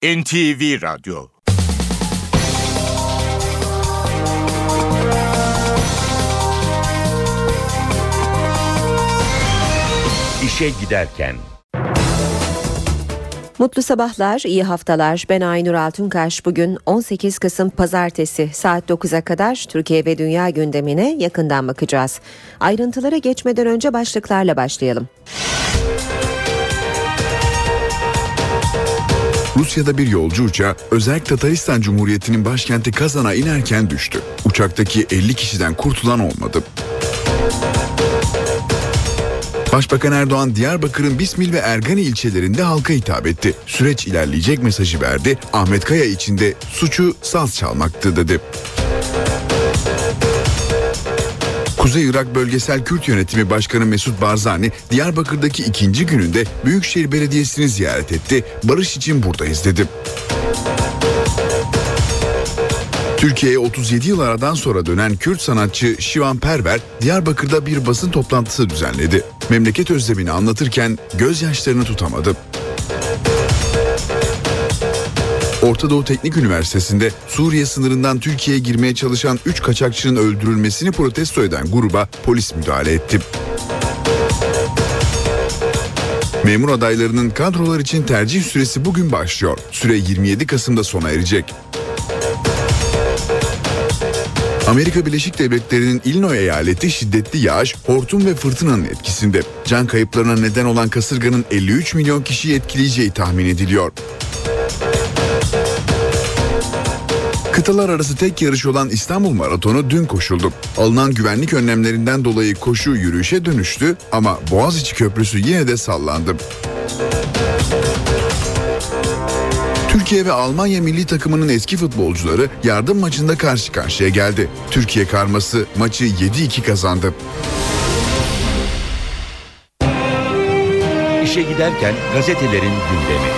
NTV Radyo. İşe giderken. Mutlu sabahlar, iyi haftalar. Ben Aynur Altunkaş. Bugün 18 Kasım Pazartesi saat 9'a kadar Türkiye ve dünya gündemine yakından bakacağız. Ayrıntılara geçmeden önce başlıklarla başlayalım. Rusya'da bir yolcu uçağı Özerk Tataristan Cumhuriyeti'nin başkenti Kazan'a inerken düştü. Uçaktaki 50 kişiden kurtulan olmadı. Başbakan Erdoğan, Diyarbakır'ın Bismil ve Ergani ilçelerinde halka hitap etti. Süreç ilerleyecek mesajı verdi. Ahmet Kaya için de suçu saz çalmaktı dedi. Kuzey Irak Bölgesel Kürt Yönetimi Başkanı Mesut Barzani, Diyarbakır'daki ikinci gününde Büyükşehir Belediyesi'ni ziyaret etti. Barış için buradayız dedi. Türkiye'ye 37 yıl aradan sonra dönen Kürt sanatçı Şivan Perver, Diyarbakır'da bir basın toplantısı düzenledi. Memleket özlemini anlatırken gözyaşlarını tutamadı. Orta Doğu Teknik Üniversitesi'nde Suriye sınırından Türkiye'ye girmeye çalışan 3 kaçakçının öldürülmesini protesto eden gruba polis müdahale etti. Memur adaylarının kadrolar için tercih süresi bugün başlıyor. Süre 27 Kasım'da sona erecek. Amerika Birleşik Devletleri'nin Illinois eyaleti şiddetli yağış, hortum ve fırtınanın etkisinde. Can kayıplarına neden olan kasırganın 53 milyon kişiyi etkileyeceği tahmin ediliyor. Kıtalar arası tek yarış olan İstanbul Maratonu dün koşuldu. Alınan güvenlik önlemlerinden dolayı koşu yürüyüşe dönüştü ama Boğaziçi Köprüsü yine de sallandı. Türkiye ve Almanya milli takımının eski futbolcuları yardım maçında karşı karşıya geldi. Türkiye karması maçı 7-2 kazandı. İşe giderken gazetelerin gündemi.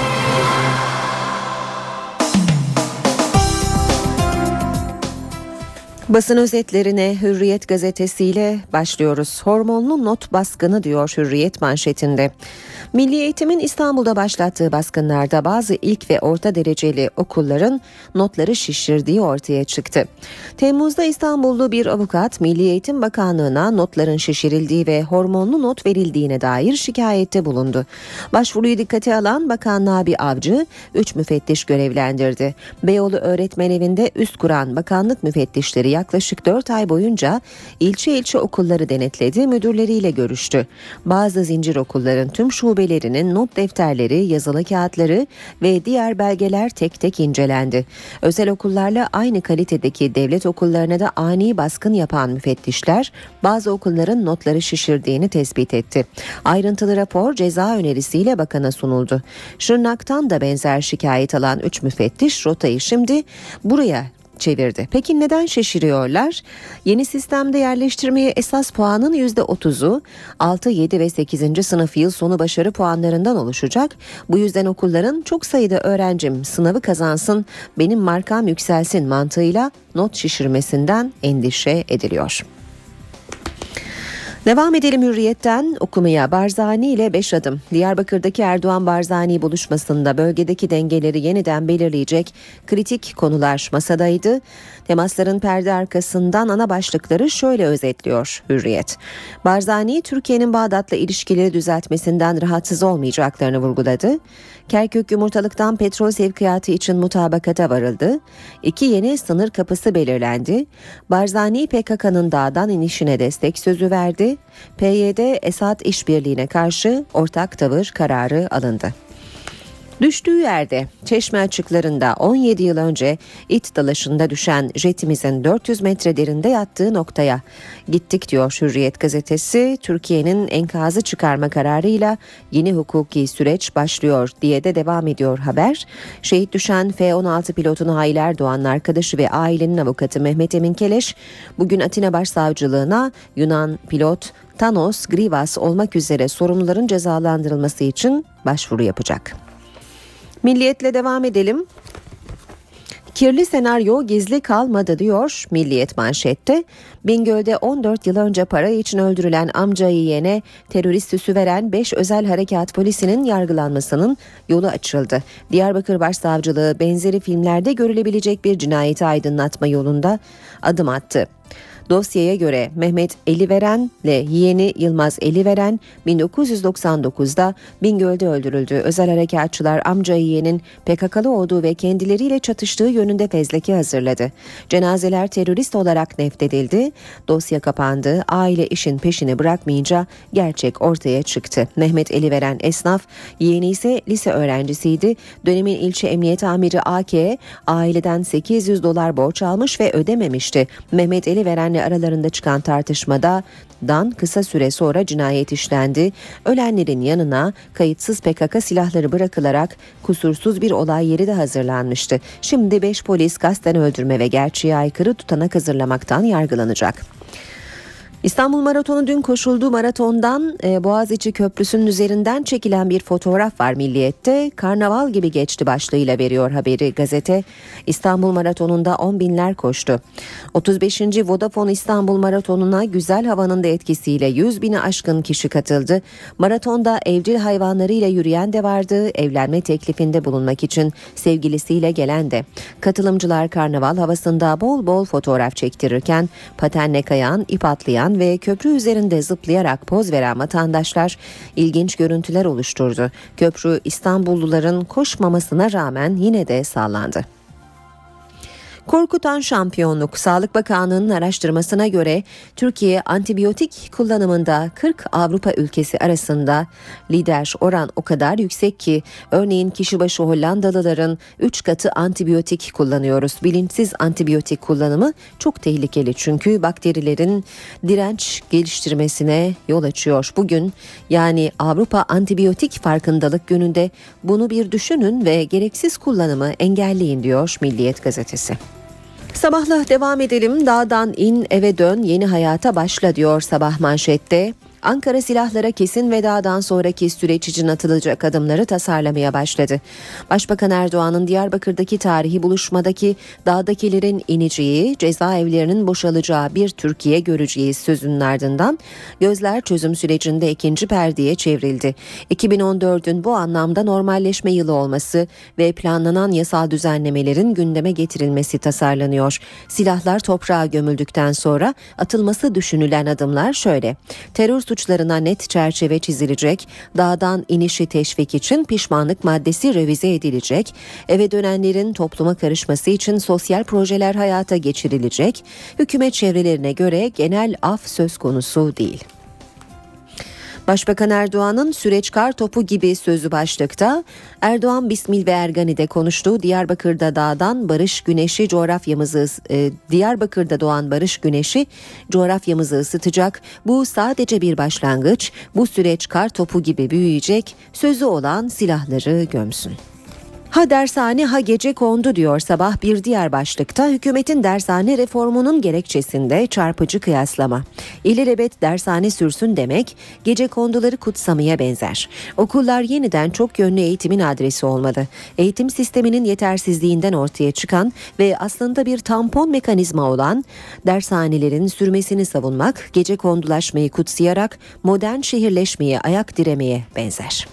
Basın özetlerine Hürriyet gazetesiyle başlıyoruz. Hormonlu not baskını diyor Hürriyet manşetinde. Milli Eğitim'in İstanbul'da başlattığı baskınlarda bazı ilk ve orta dereceli okulların notları şişirdiği ortaya çıktı. Temmuz'da İstanbullu bir avukat Milli Eğitim Bakanlığı'na notların şişirildiği ve hormonlu not verildiğine dair şikayette bulundu. Başvuruyu dikkate alan Bakan Nabi Avcı 3 müfettiş görevlendirdi. Beyoğlu Öğretmenevi'nde üst kuran bakanlık müfettişleri yaklaşık 4 ay boyunca ilçe okulları denetledi, müdürleriyle görüştü. Bazı zincir okulların tüm şubelerinin not defterleri, yazılı kağıtları ve diğer belgeler tek tek incelendi. Özel okullarla aynı kalitedeki devlet okullarına da ani baskın yapan müfettişler bazı okulların notları şişirdiğini tespit etti. Ayrıntılı rapor ceza önerisiyle bakana sunuldu. Şırnak'tan da benzer şikayet alan 3 müfettiş rotayı şimdi buraya çevirdi. Peki neden şişiriyorlar? Yeni sistemde yerleştirmeye esas puanın %30'u 6, 7 ve 8. sınıf yıl sonu başarı puanlarından oluşacak. Bu yüzden okulların çok sayıda öğrencim sınavı kazansın, benim markam yükselsin mantığıyla not şişirmesinden endişe ediliyor. Devam edelim Hürriyet'ten okumaya. Barzani ile 5 adım. Diyarbakır'daki Erdoğan-Barzani buluşmasında bölgedeki dengeleri yeniden belirleyecek kritik konular masadaydı. Temasların perde arkasından ana başlıkları şöyle özetliyor Hürriyet. Barzani, Türkiye'nin Bağdat'la ilişkileri düzeltmesinden rahatsız olmayacaklarını vurguladı. Kerkük yumurtalıktan petrol sevkiyatı için mutabakata varıldı. 2 yeni sınır kapısı belirlendi. Barzani PKK'nın dağdan inişine destek sözü verdi. PYD-Esad işbirliğine karşı ortak tavır kararı alındı. Düştüğü yerde Çeşme açıklarında 17 yıl önce it dalaşında düşen jetimizin 400 metre derinde yattığı noktaya gittik diyor Hürriyet gazetesi. Türkiye'nin enkazı çıkarma kararıyla yeni hukuki süreç başlıyor diye de devam ediyor haber. Şehit düşen F-16 pilotunu Hayil Erdoğan'ın arkadaşı ve ailenin avukatı Mehmet Emin Keleş bugün Atina Başsavcılığına Yunan pilot Thanos Grivas olmak üzere sorumluların cezalandırılması için başvuru yapacak. Milliyet'le devam edelim. Kirli senaryo gizli kalmadı diyor Milliyet manşette. Bingöl'de 14 yıl önce para için öldürülen amca yeğene terörist süsü veren 5 özel harekat polisinin yargılanmasının yolu açıldı. Diyarbakır Başsavcılığı benzeri filmlerde görülebilecek bir cinayeti aydınlatma yolunda adım attı. Dosyaya göre Mehmet Eliveren ile yeğeni Yılmaz Eliveren 1999'da Bingöl'de öldürüldü. Özel harekatçılar amca yeğenin PKK'lı olduğu ve kendileriyle çatıştığı yönünde fezleke hazırladı. Cenazeler terörist olarak nefredildi. Dosya kapandı. Aile işin peşini bırakmayınca gerçek ortaya çıktı. Mehmet Eliveren esnaf, yeğeni ise lise öğrencisiydi. Dönemin ilçe emniyet amiri AK aileden $800 borç almış ve ödememişti. Mehmet Eliveren aralarında çıkan tartışmadan kısa süre sonra cinayet işlendi. Ölenlerin yanına kayıtsız PKK silahları bırakılarak kusursuz bir olay yeri de hazırlanmıştı. Şimdi 5 polis kasten öldürme ve gerçeğe aykırı tutanak hazırlamaktan yargılanacak. İstanbul Maratonu dün koşulduğu maratondan Boğaziçi Köprüsü'nün üzerinden çekilen bir fotoğraf var Milliyet'te. Karnaval gibi geçti başlığıyla veriyor haberi gazete. İstanbul Maratonu'nda 10 binler koştu. 35. Vodafone İstanbul Maratonu'na güzel havanın da etkisiyle 100 bini aşkın kişi katıldı. Maratonda evcil hayvanlarıyla yürüyen de vardı. Evlenme teklifinde bulunmak için sevgilisiyle gelen de. Katılımcılar karnaval havasında bol bol fotoğraf çektirirken patenle kayan, ip atlayan ve köprü üzerinde zıplayarak poz veren vatandaşlar ilginç görüntüler oluşturdu. Köprü İstanbulluların koşmamasına rağmen yine de sağlandı. Korkutan şampiyonluk. Sağlık Bakanlığı'nın araştırmasına göre Türkiye antibiyotik kullanımında 40 Avrupa ülkesi arasında lider. Oran o kadar yüksek ki örneğin kişi başı Hollandalıların 3 katı antibiyotik kullanıyoruz. Bilinçsiz antibiyotik kullanımı çok tehlikeli çünkü bakterilerin direnç geliştirmesine yol açıyor. Bugün yani Avrupa Antibiyotik Farkındalık Günü'nde bunu bir düşünün ve gereksiz kullanımı engelleyin diyor Milliyet gazetesi. Sabahla devam edelim. Dağdan in, eve dön, yeni hayata başla diyor Sabah manşette. Ankara silahlara kesin vedadan sonraki süreç için atılacak adımları tasarlamaya başladı. Başbakan Erdoğan'ın Diyarbakır'daki tarihi buluşmadaki dağdakilerin ineceği, cezaevlerinin boşalacağı bir Türkiye göreceğiz sözünün ardından gözler çözüm sürecinde ikinci perdeye çevrildi. 2014'ün bu anlamda normalleşme yılı olması ve planlanan yasal düzenlemelerin gündeme getirilmesi tasarlanıyor. Silahlar toprağa gömüldükten sonra atılması düşünülen adımlar şöyle: terör suçlarına net çerçeve çizilecek, dağdan inişi teşvik için pişmanlık maddesi revize edilecek, eve dönenlerin topluma karışması için sosyal projeler hayata geçirilecek, hükümet çevrelerine göre genel af söz konusu değil. Başbakan Erdoğan'ın süreç kar topu gibi sözü başlıkta. Erdoğan Bismil ve Ergani'de konuştu. Diyarbakır'da doğan barış güneşi coğrafyamızı ısıtacak. Bu sadece bir başlangıç. Bu süreç kar topu gibi büyüyecek. Sözü olan silahları gömsün. Ha dershane ha gece kondu diyor Sabah bir diğer başlıkta. Hükümetin dershane reformunun gerekçesinde çarpıcı kıyaslama. İlelebet dershane sürsün demek gece konduları kutsamaya benzer. Okullar yeniden çok yönlü eğitimin adresi olmadı. Eğitim sisteminin yetersizliğinden ortaya çıkan ve aslında bir tampon mekanizma olan dershanelerin sürmesini savunmak gece kondulaşmayı kutsayarak modern şehirleşmeye ayak diremeye benzer.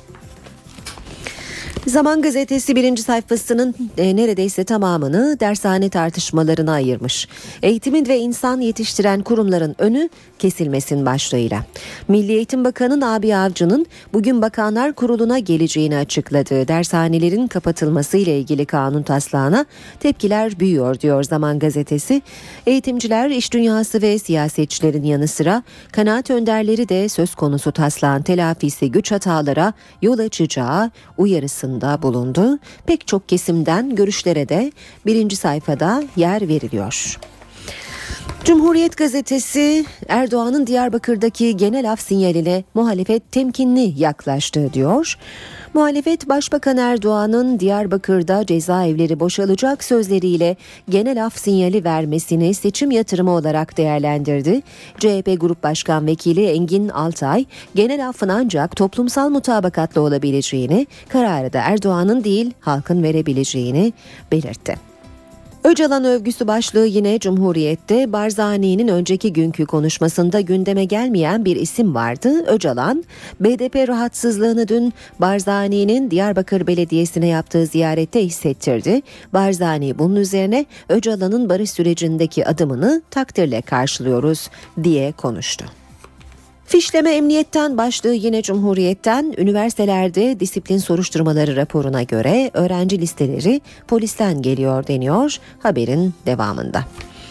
Zaman Gazetesi birinci sayfasının neredeyse tamamını dershane tartışmalarına ayırmış. Eğitimin ve insan yetiştiren kurumların önü kesilmesin başlığıyla. Milli Eğitim Bakanı Nabi Avcı'nın bugün Bakanlar Kurulu'na geleceğini açıkladığı dershanelerin kapatılması ile ilgili kanun taslağına tepkiler büyüyor diyor Zaman Gazetesi. Eğitimciler, iş dünyası ve siyasetçilerin yanı sıra kanaat önderleri de söz konusu taslağın telafisi güç hatalara yol açacağı uyarısında bulundu. Pek çok kesimden görüşlere de birinci sayfada yer veriliyor. Cumhuriyet Gazetesi Erdoğan'ın Diyarbakır'daki genel af sinyaline muhalefet temkinli yaklaştı diyor. Muhalefet Başbakan Erdoğan'ın Diyarbakır'da cezaevleri boşalacak sözleriyle genel af sinyali vermesini seçim yatırımı olarak değerlendirdi. CHP Grup Başkan Vekili Engin Altay, genel affın ancak toplumsal mutabakatla olabileceğini, kararı da Erdoğan'ın değil halkın verebileceğini belirtti. Öcalan övgüsü başlığı yine Cumhuriyet'te. Barzani'nin önceki günkü konuşmasında gündeme gelmeyen bir isim vardı. Öcalan, BDP rahatsızlığını dün Barzani'nin Diyarbakır Belediyesi'ne yaptığı ziyarette hissettirdi. Barzani bunun üzerine Öcalan'ın barış sürecindeki adımını takdirle karşılıyoruz diye konuştu. Fişleme emniyetten başlığı yine Cumhuriyet'ten. Üniversitelerde disiplin soruşturmaları raporuna göre öğrenci listeleri polisten geliyor deniyor haberin devamında.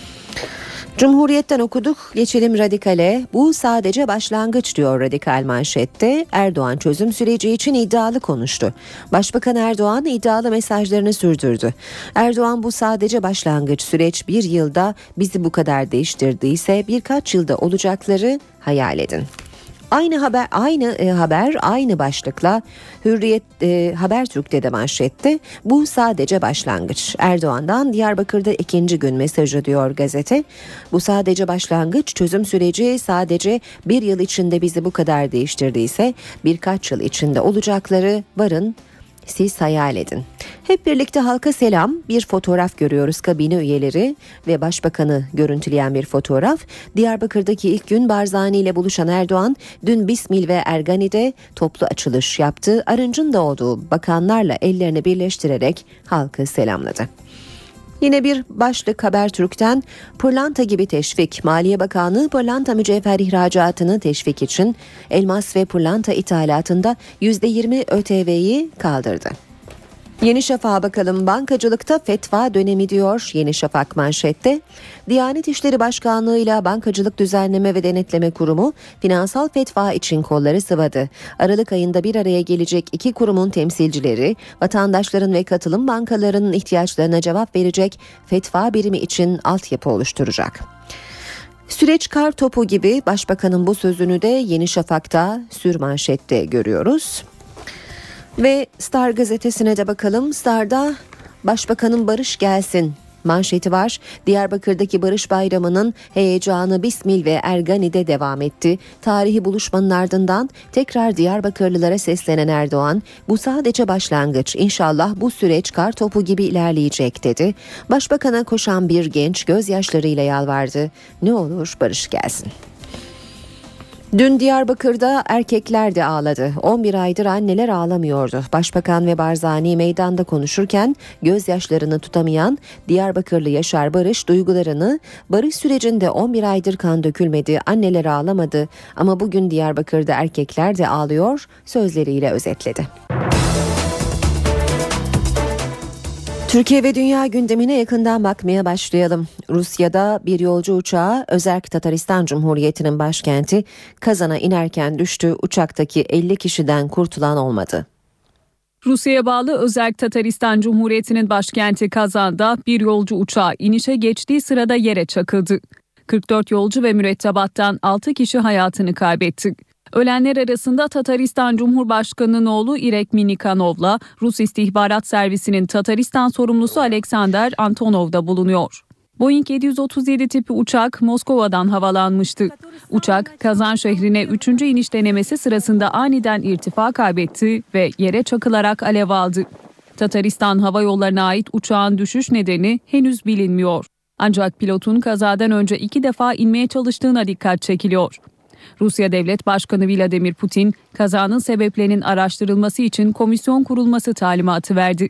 Cumhuriyet'ten okuduk, geçelim Radikal'e. Bu sadece başlangıç diyor Radikal manşette. Erdoğan çözüm süreci için iddialı konuştu. Başbakan Erdoğan iddialı mesajlarını sürdürdü. Erdoğan bu sadece başlangıç, süreç bir yılda bizi bu kadar değiştirdiyse birkaç yılda olacakları hayal edin. Aynı haber aynı başlıkla Hürriyet Habertürk'te de manşette. Bu sadece başlangıç. Erdoğan'dan Diyarbakır'da ikinci gün mesajı diyor gazete. Bu sadece başlangıç, çözüm süreci sadece bir yıl içinde bizi bu kadar değiştirdiyse birkaç yıl içinde olacakları varın siz hayal edin. Hep birlikte halka selam, bir fotoğraf görüyoruz, kabine üyeleri ve başbakanı görüntüleyen bir fotoğraf. Diyarbakır'daki ilk gün Barzani ile buluşan Erdoğan dün Bismil ve Ergani'de toplu açılış yaptı. Arınç'ın da olduğu bakanlarla ellerini birleştirerek halkı selamladı. Yine bir başlık Habertürk'ten, pırlanta gibi teşvik. Maliye Bakanlığı pırlanta mücevher ihracatını teşvik için elmas ve pırlanta ithalatında %20 ÖTV'yi kaldırdı. Yeni Şafak'a bakalım. Bankacılıkta fetva dönemi diyor Yeni Şafak manşette. Diyanet İşleri Başkanlığı ile Bankacılık Düzenleme ve Denetleme Kurumu finansal fetva için kolları sıvadı. Aralık ayında bir araya gelecek iki kurumun temsilcileri vatandaşların ve katılım bankalarının ihtiyaçlarına cevap verecek fetva birimi için altyapı oluşturacak. Süreç kar topu gibi, Başbakanın bu sözünü de Yeni Şafak'ta sürmanşette görüyoruz. Ve Star gazetesine de bakalım. Star'da Başbakanın barış gelsin manşeti var. Diyarbakır'daki Barış Bayramı'nın heyecanı Bismil ve Ergani'de devam etti. Tarihi buluşmanın ardından tekrar Diyarbakırlılara seslenen Erdoğan, bu sadece başlangıç, İnşallah bu süreç kar topu gibi ilerleyecek dedi. Başbakan'a koşan bir genç gözyaşlarıyla yalvardı. Ne olur barış gelsin. Dün Diyarbakır'da erkekler de ağladı. 11 aydır anneler ağlamıyordu. Başbakan ve Barzani meydanda konuşurken gözyaşlarını tutamayan Diyarbakırlı Yaşar Barış duygularını, barış sürecinde 11 aydır kan dökülmedi, anneler ağlamadı ama bugün Diyarbakır'da erkekler de ağlıyor sözleriyle özetledi. Türkiye ve dünya gündemine yakından bakmaya başlayalım. Rusya'da bir yolcu uçağı Özerk Tataristan Cumhuriyeti'nin başkenti Kazan'a inerken düştü. Uçaktaki 50 kişiden kurtulan olmadı. Rusya'ya bağlı Özerk Tataristan Cumhuriyeti'nin başkenti Kazan'da bir yolcu uçağı inişe geçtiği sırada yere çakıldı. 44 yolcu ve mürettebattan 6 kişi hayatını kaybetti. Ölenler arasında Tataristan Cumhurbaşkanı'nın oğlu İrek Minikanov'la Rus İstihbarat Servisi'nin Tataristan sorumlusu Alexander Antonov da bulunuyor. Boeing 737 tipi uçak Moskova'dan havalanmıştı. Uçak Kazan şehrine 3. iniş denemesi sırasında aniden irtifa kaybetti ve yere çakılarak alev aldı. Tataristan Hava Yolları'na ait uçağın düşüş nedeni henüz bilinmiyor. Ancak pilotun kazadan önce 2 defa inmeye çalıştığına dikkat çekiliyor. Rusya Devlet Başkanı Vladimir Putin, kazanın sebeplerinin araştırılması için komisyon kurulması talimatı verdi.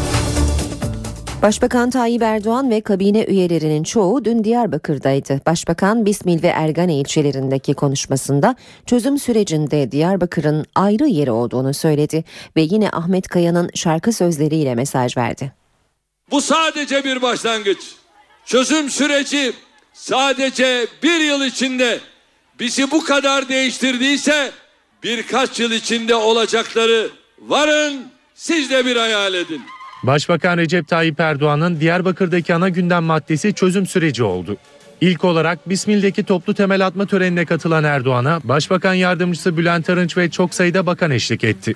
Başbakan Tayyip Erdoğan ve kabine üyelerinin çoğu dün Diyarbakır'daydı. Başbakan Bismil ve Ergani ilçelerindeki konuşmasında çözüm sürecinde Diyarbakır'ın ayrı yeri olduğunu söyledi ve yine Ahmet Kaya'nın şarkı sözleriyle mesaj verdi. Bu sadece bir başlangıç. Çözüm süreci sadece bir yıl içinde bizi bu kadar değiştirdiyse birkaç yıl içinde olacakları varın siz de bir hayal edin. Başbakan Recep Tayyip Erdoğan'ın Diyarbakır'daki ana gündem maddesi çözüm süreci oldu. İlk olarak Bismil'deki toplu temel atma törenine katılan Erdoğan'a Başbakan Yardımcısı Bülent Arınç ve çok sayıda bakan eşlik etti.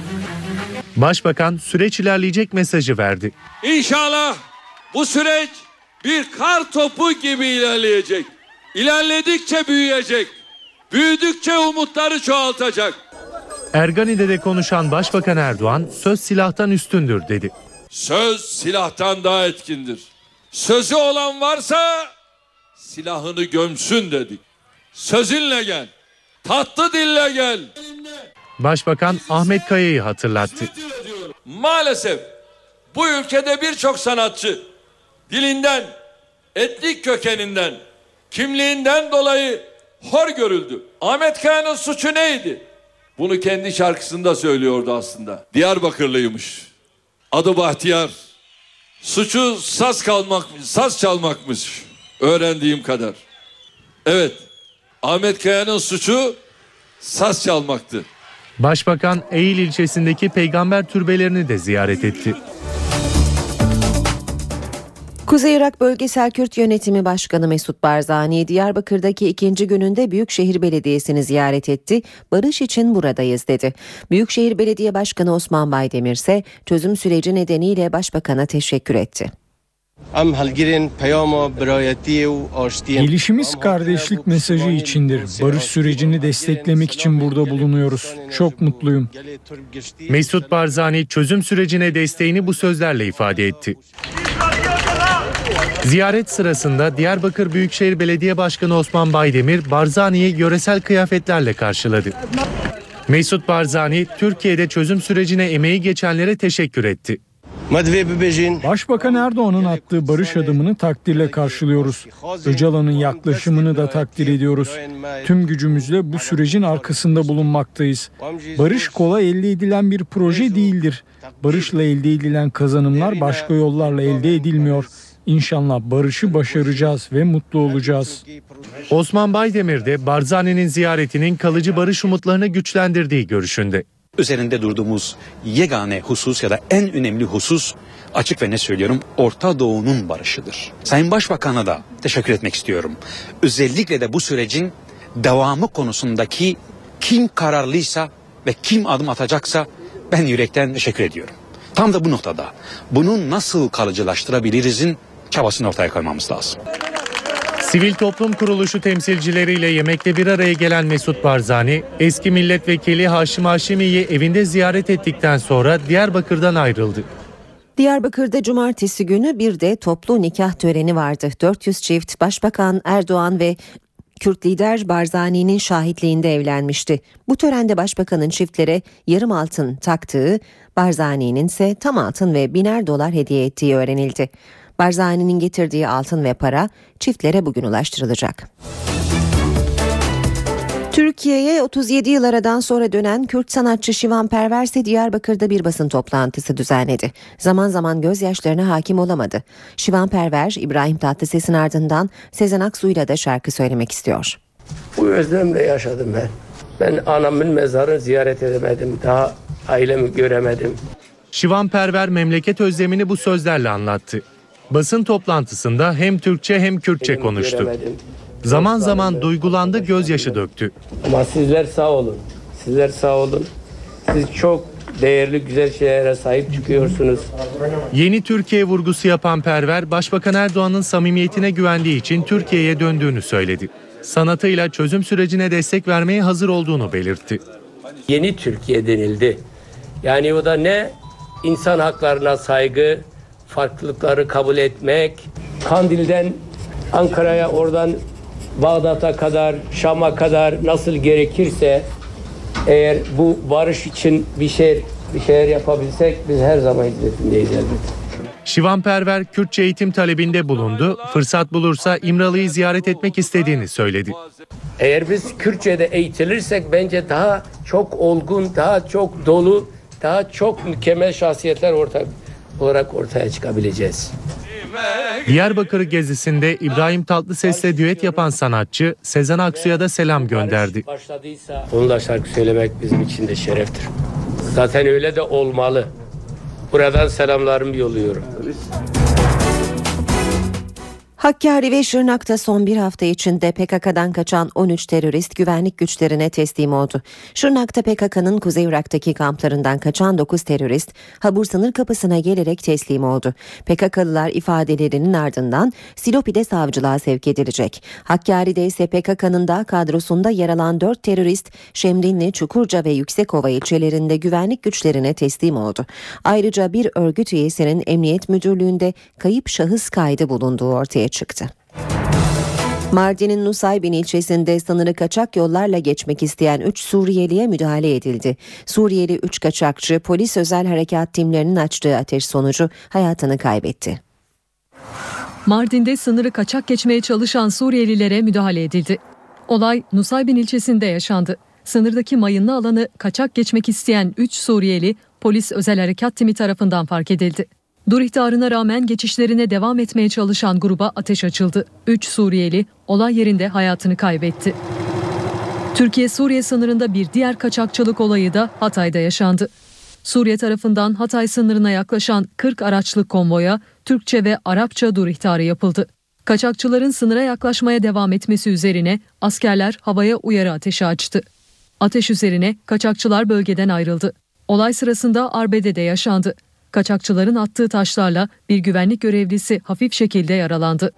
Başbakan süreç ilerleyecek mesajı verdi. İnşallah bu süreç bir kar topu gibi ilerleyecek. İlerledikçe büyüyecek. Büyüdükçe umutları çoğaltacak. Ergani'de de konuşan Başbakan Erdoğan söz silahtan üstündür dedi. Söz silahtan daha etkindir. Sözü olan varsa silahını gömsün dedik. Sözünle gel, tatlı dille gel. Başbakan Ahmet Kaya'yı hatırlattı. Maalesef bu ülkede birçok sanatçı dilinden, etnik kökeninden, kimliğinden dolayı hor görüldü. Ahmet Kaya'nın suçu neydi? Bunu kendi şarkısında söylüyordu aslında. Diyarbakırlıymış. Adı Bahtiyar. Suçu saz çalmakmış. Öğrendiğim kadar. Evet. Ahmet Kaya'nın suçu saz çalmaktı. Başbakan Eğil ilçesindeki peygamber türbelerini de ziyaret etti. Kuzey Irak Bölgesel Kürt Yönetimi Başkanı Mesut Barzani, Diyarbakır'daki ikinci gününde Büyükşehir Belediyesi'ni ziyaret etti. Barış için buradayız dedi. Büyükşehir Belediye Başkanı Osman Baydemir ise çözüm süreci nedeniyle Başbakan'a teşekkür etti. Gelişimiz kardeşlik mesajı içindir. Barış sürecini desteklemek için burada bulunuyoruz. Çok mutluyum. Mesut Barzani çözüm sürecine desteğini bu sözlerle ifade etti. Ziyaret sırasında Diyarbakır Büyükşehir Belediye Başkanı Osman Baydemir, Barzani'yi yöresel kıyafetlerle karşıladı. Mesut Barzani, Türkiye'de çözüm sürecine emeği geçenlere teşekkür etti. Başbakan Erdoğan'ın attığı barış adımını takdirle karşılıyoruz. Öcalan'ın yaklaşımını da takdir ediyoruz. Tüm gücümüzle bu sürecin arkasında bulunmaktayız. Barış kolay elde edilen bir proje değildir. Barışla elde edilen kazanımlar başka yollarla elde edilmiyor. İnşallah barışı başaracağız ve mutlu olacağız. Osman Baydemir de Barzani'nin ziyaretinin kalıcı barış umutlarını güçlendirdiği görüşünde. Üzerinde durduğumuz yegane husus ya da en önemli husus, açık ve ne söylüyorum, Orta Doğu'nun barışıdır. Sayın Başbakan'a da teşekkür etmek istiyorum. Özellikle de bu sürecin devamı konusundaki kim kararlıysa ve kim adım atacaksa ben yürekten teşekkür ediyorum. Tam da bu noktada bunu nasıl kalıcılaştırabilirizin çabasını ortaya koymamız lazım. Sivil toplum kuruluşu temsilcileriyle yemekte bir araya gelen Mesut Barzani, eski milletvekili Haşim Haşimi'yi evinde ziyaret ettikten sonra Diyarbakır'dan ayrıldı. Diyarbakır'da cumartesi günü bir de toplu nikah töreni vardı. 400 çift Başbakan Erdoğan ve Kürt lider Barzani'nin şahitliğinde evlenmişti. Bu törende Başbakan'ın çiftlere yarım altın taktığı, Barzani'nin ise tam altın ve $1000 hediye ettiği öğrenildi. Barzani'nin getirdiği altın ve para çiftlere bugün ulaştırılacak. Türkiye'ye 37 yıl aradan sonra dönen Kürt sanatçı Şivan Perver ise Diyarbakır'da bir basın toplantısı düzenledi. Zaman zaman gözyaşlarına hakim olamadı. Şivan Perver, İbrahim Tatlıses'in ardından Sezen Aksu'yla da şarkı söylemek istiyor. Bu özlemle yaşadım ben. Ben anamın mezarını ziyaret edemedim. Daha ailemi göremedim. Şivan Perver memleket özlemini bu sözlerle anlattı. Basın toplantısında hem Türkçe hem Kürtçe konuştu. Zaman zaman duygulandı, gözyaşı döktü. Ama sizler sağ olun. Sizler sağ olun. Siz çok değerli, güzel şeylere sahip çıkıyorsunuz. Yeni Türkiye vurgusu yapan Perver, Başbakan Erdoğan'ın samimiyetine güvendiği için Türkiye'ye döndüğünü söyledi. Sanatıyla çözüm sürecine destek vermeye hazır olduğunu belirtti. Yeni Türkiye denildi. Yani o da ne? İnsan haklarına saygı, farklılıkları kabul etmek, Kandil'den Ankara'ya, oradan Bağdat'a kadar, Şam'a kadar nasıl gerekirse, eğer bu barış için bir şeyler yapabilsek biz her zaman hizmetindeyiz elbette. Şivan Perver Kürtçe eğitim talebinde bulundu. Fırsat bulursa İmralı'yı ziyaret etmek istediğini söyledi. Eğer biz Kürtçe'de eğitilirsek bence daha çok olgun, daha çok dolu, daha çok mükemmel şahsiyetler olarak ortaya çıkabileceğiz. Diyarbakır gezisinde İbrahim Tatlıses'le düet yapan sanatçı Sezen Aksu'ya da selam gönderdi. Onunla şarkı söylemek bizim için de şereftir. Zaten öyle de olmalı. Buradan selamlarımı yolluyorum. Hakkari ve Şırnak'ta son bir hafta içinde PKK'dan kaçan 13 terörist güvenlik güçlerine teslim oldu. Şırnak'ta PKK'nın Kuzey Irak'taki kamplarından kaçan 9 terörist Habur sınır kapısına gelerek teslim oldu. PKK'lılar ifadelerinin ardından Silopi'de savcılığa sevk edilecek. Hakkari'de ise PKK'nın da kadrosunda yer alan 4 terörist Şemdinli, Çukurca ve Yüksekova ilçelerinde güvenlik güçlerine teslim oldu. Ayrıca bir örgüt üyesinin Emniyet Müdürlüğü'nde kayıp şahıs kaydı bulunduğu ortaya çıktı. Mardin'in Nusaybin ilçesinde sınırı kaçak yollarla geçmek isteyen 3 Suriyeli'ye müdahale edildi. Suriyeli 3 kaçakçı polis özel harekat timlerinin açtığı ateş sonucu hayatını kaybetti. Mardin'de sınırı kaçak geçmeye çalışan Suriyelilere müdahale edildi. Olay Nusaybin ilçesinde yaşandı. Sınırdaki mayınlı alanı kaçak geçmek isteyen 3 Suriyeli polis özel harekat timi tarafından fark edildi. Dur ihtarına rağmen geçişlerine devam etmeye çalışan gruba ateş açıldı. 3 Suriyeli olay yerinde hayatını kaybetti. Türkiye-Suriye sınırında bir diğer kaçakçılık olayı da Hatay'da yaşandı. Suriye tarafından Hatay sınırına yaklaşan 40 araçlı konvoya Türkçe ve Arapça dur ihtarı yapıldı. Kaçakçıların sınıra yaklaşmaya devam etmesi üzerine askerler havaya uyarı ateşi açtı. Ateş üzerine kaçakçılar bölgeden ayrıldı. Olay sırasında arbedede yaşandı. Kaçakçıların attığı taşlarla bir güvenlik görevlisi hafif şekilde yaralandı.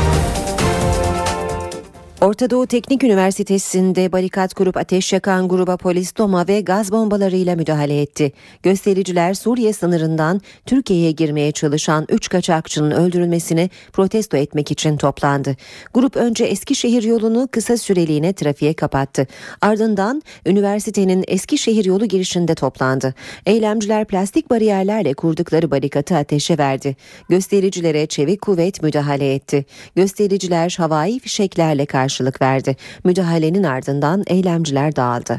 Orta Doğu Teknik Üniversitesi'nde barikat kurup ateş yakan gruba polis toma ve gaz bombalarıyla müdahale etti. Göstericiler Suriye sınırından Türkiye'ye girmeye çalışan 3 kaçakçının öldürülmesini protesto etmek için toplandı. Grup önce Eskişehir yolunu kısa süreliğine trafiğe kapattı. Ardından üniversitenin Eskişehir yolu girişinde toplandı. Eylemciler plastik bariyerlerle kurdukları barikatı ateşe verdi. Göstericilere çevik kuvvet müdahale etti. Göstericiler havai fişeklerle karşılık verdi. Müdahalenin ardından eylemciler dağıldı.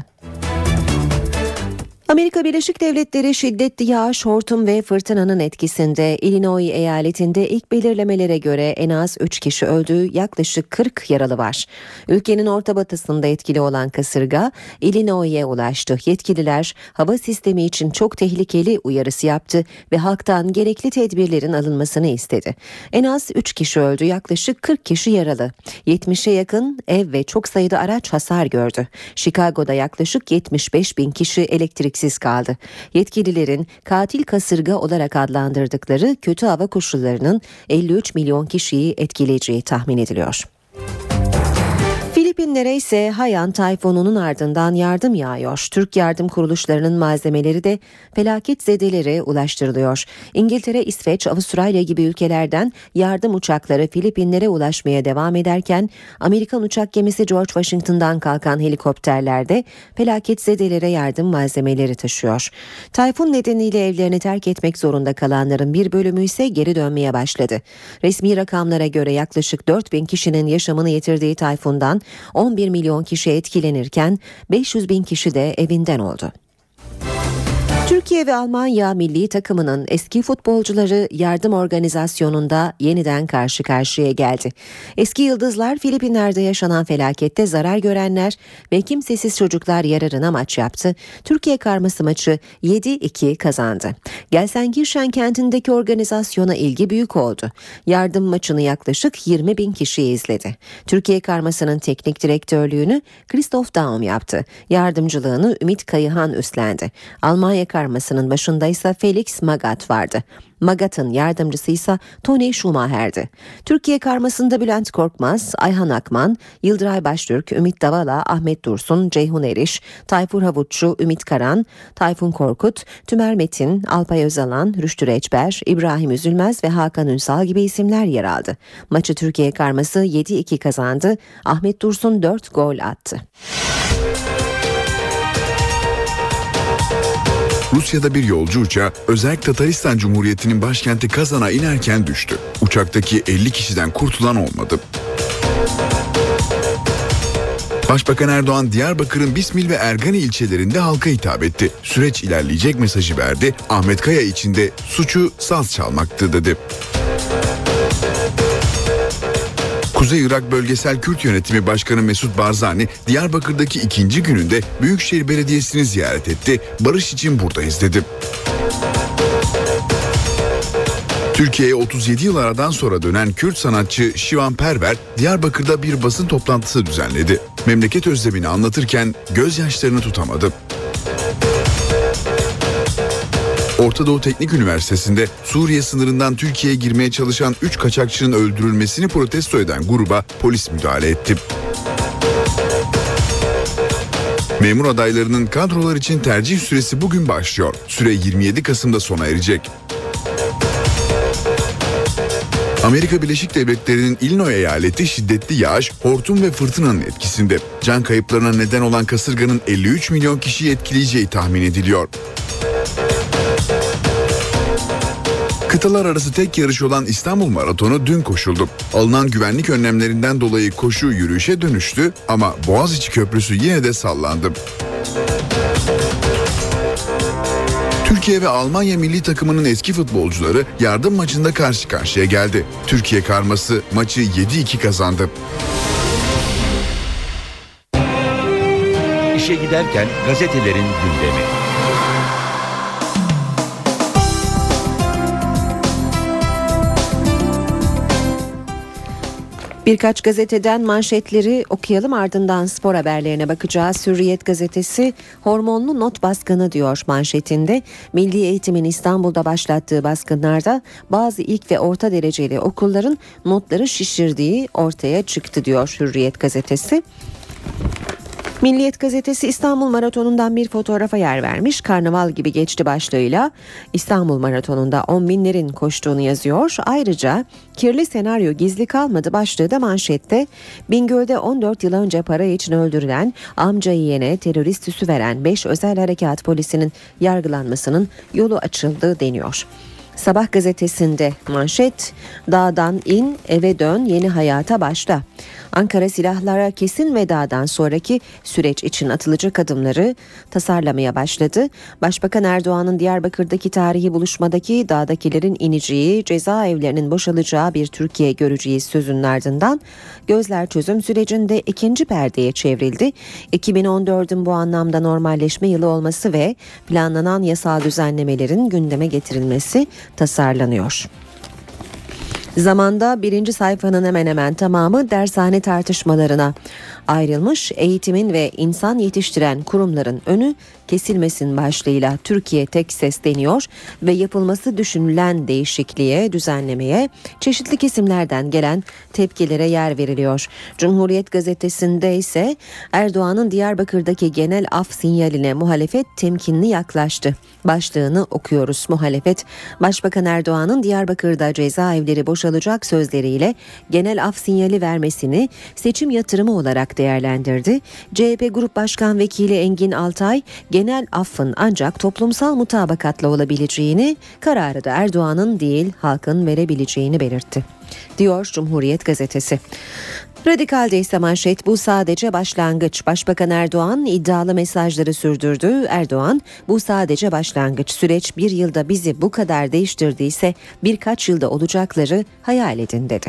Amerika Birleşik Devletleri şiddetli yağış, hortum ve fırtınanın etkisinde Illinois eyaletinde ilk belirlemelere göre en az 3 kişi öldü, yaklaşık 40 yaralı var. Ülkenin orta batısında etkili olan kasırga Illinois'e ulaştı. Yetkililer hava sistemi için çok tehlikeli uyarısı yaptı ve halktan gerekli tedbirlerin alınmasını istedi. En az 3 kişi öldü, yaklaşık 40 kişi yaralı. 70'e yakın ev ve çok sayıda araç hasar gördü. Chicago'da yaklaşık 75 bin kişi elektriksiz kaldı. Yetkililerin katil kasırga olarak adlandırdıkları kötü hava koşullarının 53 milyon kişiyi etkileyeceği tahmin ediliyor. Filipinlere ise Haiyan tayfununun ardından yardım yağıyor. Türk yardım kuruluşlarının malzemeleri de felaketzedelere ulaştırılıyor. İngiltere, İsveç, Avustralya gibi ülkelerden yardım uçakları Filipinlere ulaşmaya devam ederken Amerikan uçak gemisi George Washington'dan kalkan helikopterler de felaketzedelere yardım malzemeleri taşıyor. Tayfun nedeniyle evlerini terk etmek zorunda kalanların bir bölümü ise geri dönmeye başladı. Resmi rakamlara göre yaklaşık 4 bin kişinin yaşamını yitirdiği tayfundan 11 milyon kişi etkilenirken 500 bin kişi de evinden oldu. Türkiye ve Almanya milli takımının eski futbolcuları yardım organizasyonunda yeniden karşı karşıya geldi. Eski yıldızlar Filipinler'de yaşanan felakette zarar görenler ve kimsesiz çocuklar yararına maç yaptı. Türkiye karması maçı 7-2 kazandı. Gelsenkirchen kentindeki organizasyona ilgi büyük oldu. Yardım maçını yaklaşık 20 bin kişi izledi. Türkiye karmasının teknik direktörlüğünü Christoph Daum yaptı. Yardımcılığını Ümit Kayıhan üstlendi. Almanya karmasının başında ise Felix Magath vardı. Magath'ın yardımcısı ise Tony Schumacher'di. Türkiye karmasında Bülent Korkmaz, Ayhan Akman, Yıldıray Baştürk, Ümit Davala, Ahmet Dursun, Ceyhun Eriş, Tayfur Havutçu, Ümit Karan, Tayfun Korkut, Tümer Metin, Alpay Özalan, Rüştü Reçber, İbrahim Üzülmez ve Hakan Ünsal gibi isimler yer aldı. Maçı Türkiye karması 7-2 kazandı. Ahmet Dursun 4 gol attı. Rusya'da bir yolcu uçağı Özerk Tataristan Cumhuriyeti'nin başkenti Kazan'a inerken düştü. Uçaktaki 50 kişiden kurtulan olmadı. Başbakan Erdoğan Diyarbakır'ın Bismil ve Ergani ilçelerinde halka hitap etti. Süreç ilerleyecek mesajı verdi. Ahmet Kaya için de suçu saz çalmaktı dedi. Kuzey Irak Bölgesel Kürt Yönetimi Başkanı Mesut Barzani, Diyarbakır'daki ikinci gününde Büyükşehir Belediyesi'ni ziyaret etti. Barış için buradayız dedi. Türkiye'ye 37 yıl aradan sonra dönen Kürt sanatçı Şivan Perver, Diyarbakır'da bir basın toplantısı düzenledi. Memleket özlemini anlatırken gözyaşlarını tutamadı. Orta Doğu Teknik Üniversitesi'nde Suriye sınırından Türkiye'ye girmeye çalışan 3 kaçakçının öldürülmesini protesto eden gruba polis müdahale etti. Memur adaylarının kadrolar için tercih süresi bugün başlıyor. Süre 27 Kasım'da sona erecek. Amerika Birleşik Devletleri'nin Illinois eyaleti şiddetli yağış, hortum ve fırtınanın etkisinde. Can kayıplarına neden olan kasırganın 53 milyon kişiyi etkileyeceği tahmin ediliyor. Kıtalar arası tek yarış olan İstanbul Maratonu dün koşuldu. Alınan güvenlik önlemlerinden dolayı koşu yürüyüşe dönüştü ama Boğaziçi Köprüsü yine de sallandı. Türkiye ve Almanya milli takımının eski futbolcuları yardım maçında karşı karşıya geldi. Türkiye karması maçı 7-2 kazandı. İşe giderken gazetelerin gündemi. Birkaç gazeteden manşetleri okuyalım, ardından spor haberlerine bakacağız. Hürriyet gazetesi hormonlu not baskını diyor manşetinde. Milli Eğitim'in İstanbul'da başlattığı baskınlarda bazı ilk ve orta dereceli okulların notları şişirdiği ortaya çıktı diyor Hürriyet gazetesi. Milliyet gazetesi İstanbul Maratonu'ndan bir fotoğrafa yer vermiş. Karnaval gibi geçti başlığıyla İstanbul Maratonu'nda 10 binlerin koştuğunu yazıyor. Ayrıca kirli senaryo gizli kalmadı başlığı da manşette. Bingöl'de 14 yıl önce para için öldürülen, amca yeğene terörist süsü veren 5 özel harekat polisinin yargılanmasının yolu açıldı deniyor. Sabah gazetesinde manşet, dağdan in, eve dön, yeni hayata başla. Ankara silahlara kesin vedadan sonraki süreç için atılacak adımları tasarlamaya başladı. Başbakan Erdoğan'ın Diyarbakır'daki tarihi buluşmadaki dağdakilerin ineceği, cezaevlerinin boşalacağı bir Türkiye göreceğiz sözünün ardından gözler çözüm sürecinde ikinci perdeye çevrildi. 2014'ün bu anlamda normalleşme yılı olması ve planlanan yasal düzenlemelerin gündeme getirilmesi tasarlanıyor. Zamanda birinci sayfanın hemen hemen tamamı dershane tartışmalarına ayrılmış. Eğitimin ve insan yetiştiren kurumların önü kesilmesin başlığıyla Türkiye tek ses deniyor ve yapılması düşünülen değişikliğe, düzenlemeye çeşitli kesimlerden gelen tepkilere yer veriliyor. Cumhuriyet gazetesinde ise Erdoğan'ın Diyarbakır'daki genel af sinyaline muhalefet temkinli yaklaştı başlığını okuyoruz. Muhalefet, Başbakan Erdoğan'ın Diyarbakır'da cezaevleri boşalacak sözleriyle genel af sinyali vermesini seçim yatırımı olarak değerlendirdi. CHP Grup Başkan Vekili Engin Altay, genel affın ancak toplumsal mutabakatla olabileceğini, kararı da Erdoğan'ın değil halkın verebileceğini belirtti, diyor Cumhuriyet gazetesi. Radikal'de ise manşet, bu sadece başlangıç. Başbakan Erdoğan iddialı mesajları sürdürdü. Erdoğan, bu sadece başlangıç. Süreç bir yılda bizi bu kadar değiştirdiyse birkaç yılda olacakları hayal edin dedi.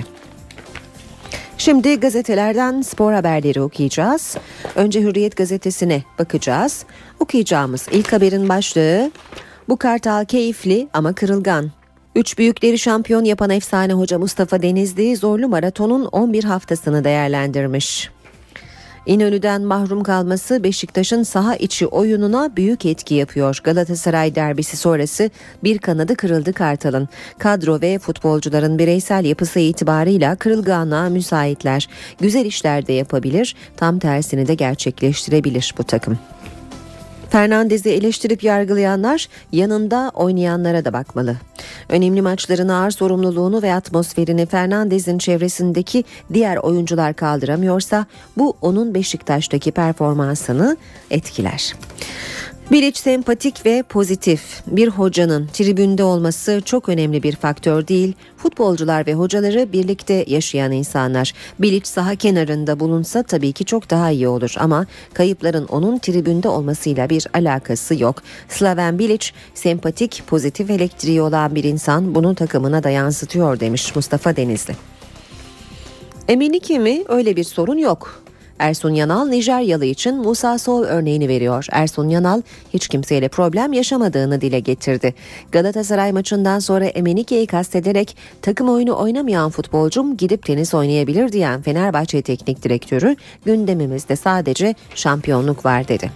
Şimdi gazetelerden spor haberleri okuyacağız. Önce Hürriyet gazetesine bakacağız. Okuyacağımız ilk haberin başlığı, bu Kartal keyifli ama kırılgan. Üç büyükleri şampiyon yapan efsane hoca Mustafa Denizli zorlu maratonun 11 haftasını değerlendirmiş. İnönü'den mahrum kalması Beşiktaş'ın saha içi oyununa büyük etki yapıyor. Galatasaray derbisi sonrası bir kanadı kırıldı Kartal'ın. Kadro ve futbolcuların bireysel yapısı itibarıyla kırılganlığa müsaitler. Güzel işler de yapabilir, tam tersini de gerçekleştirebilir bu takım. Fernandez'i eleştirip yargılayanlar yanında oynayanlara da bakmalı. Önemli maçların ağır sorumluluğunu ve atmosferini Fernandez'in çevresindeki diğer oyuncular kaldıramıyorsa bu onun Beşiktaş'taki performansını etkiler. Bilic sempatik ve pozitif. Bir hocanın tribünde olması çok önemli bir faktör değil. Futbolcular ve hocaları birlikte yaşayan insanlar. Bilic saha kenarında bulunsa tabii ki çok daha iyi olur ama kayıpların onun tribünde olmasıyla bir alakası yok. Slaven Bilic sempatik, pozitif elektriği olan bir insan, bunu takımına da yansıtıyor demiş Mustafa Denizli. Emenike mi? Öyle bir sorun yok. Ersun Yanal Nijeryalı için Musa Sow örneğini veriyor. Ersun Yanal hiç kimseyle problem yaşamadığını dile getirdi. Galatasaray maçından sonra Emenike'yi kastederek takım oyunu oynamayan futbolcum gidip tenis oynayabilir diyen Fenerbahçe Teknik Direktörü gündemimizde sadece şampiyonluk var dedi.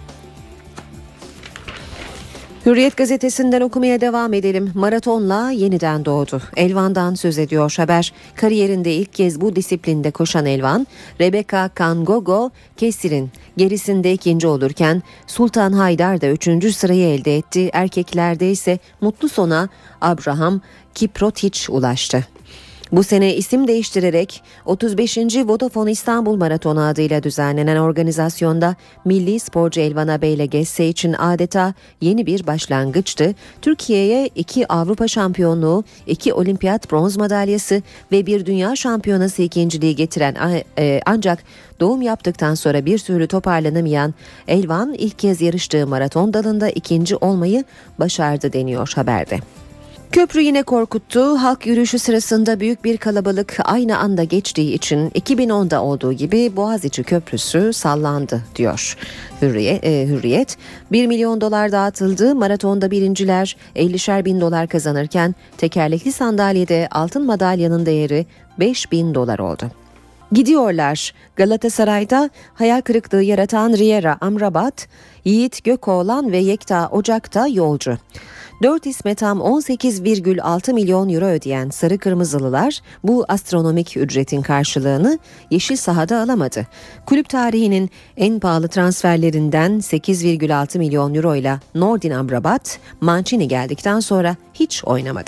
Hürriyet gazetesinden okumaya devam edelim. Maratonla yeniden doğdu. Elvan'dan söz ediyor haber. Kariyerinde ilk kez bu disiplinde koşan Elvan, Rebecca Kangogo Kesir'in gerisinde ikinci olurken Sultan Haydar da 3. sırayı elde etti. Erkeklerde ise mutlu sona Abraham Kiprotich ulaştı. Bu sene isim değiştirerek 35. Vodafone İstanbul Maratonu adıyla düzenlenen organizasyonda milli sporcu Elvan Abeyle Gesse için adeta yeni bir başlangıçtı. Türkiye'ye 2 Avrupa şampiyonluğu, 2 olimpiyat bronz madalyası ve bir dünya şampiyonası ikinciliği getiren ancak doğum yaptıktan sonra bir türlü toparlanamayan Elvan ilk kez yarıştığı maraton dalında ikinci olmayı başardı deniyor haberde. Köprü yine korkuttu. Halk yürüyüşü sırasında büyük bir kalabalık aynı anda geçtiği için 2010'da olduğu gibi Boğaziçi Köprüsü sallandı diyor Hürriyet. 1 milyon dolar dağıtıldı. Maratonda birinciler 50'şer bin dolar kazanırken tekerlekli sandalyede altın madalyanın değeri 5 bin dolar oldu. Gidiyorlar. Galatasaray'da hayal kırıklığı yaratan Riera Amrabat, Yiğit Gökoğlan ve Yekta Ocak'ta yolcu. 4 isme tam 18,6 milyon euro ödeyen Sarı Kırmızılılar bu astronomik ücretin karşılığını yeşil sahada alamadı. Kulüp tarihinin en pahalı transferlerinden 8,6 milyon euro ile Nordin Amrabat, Mancini geldikten sonra hiç oynamadı.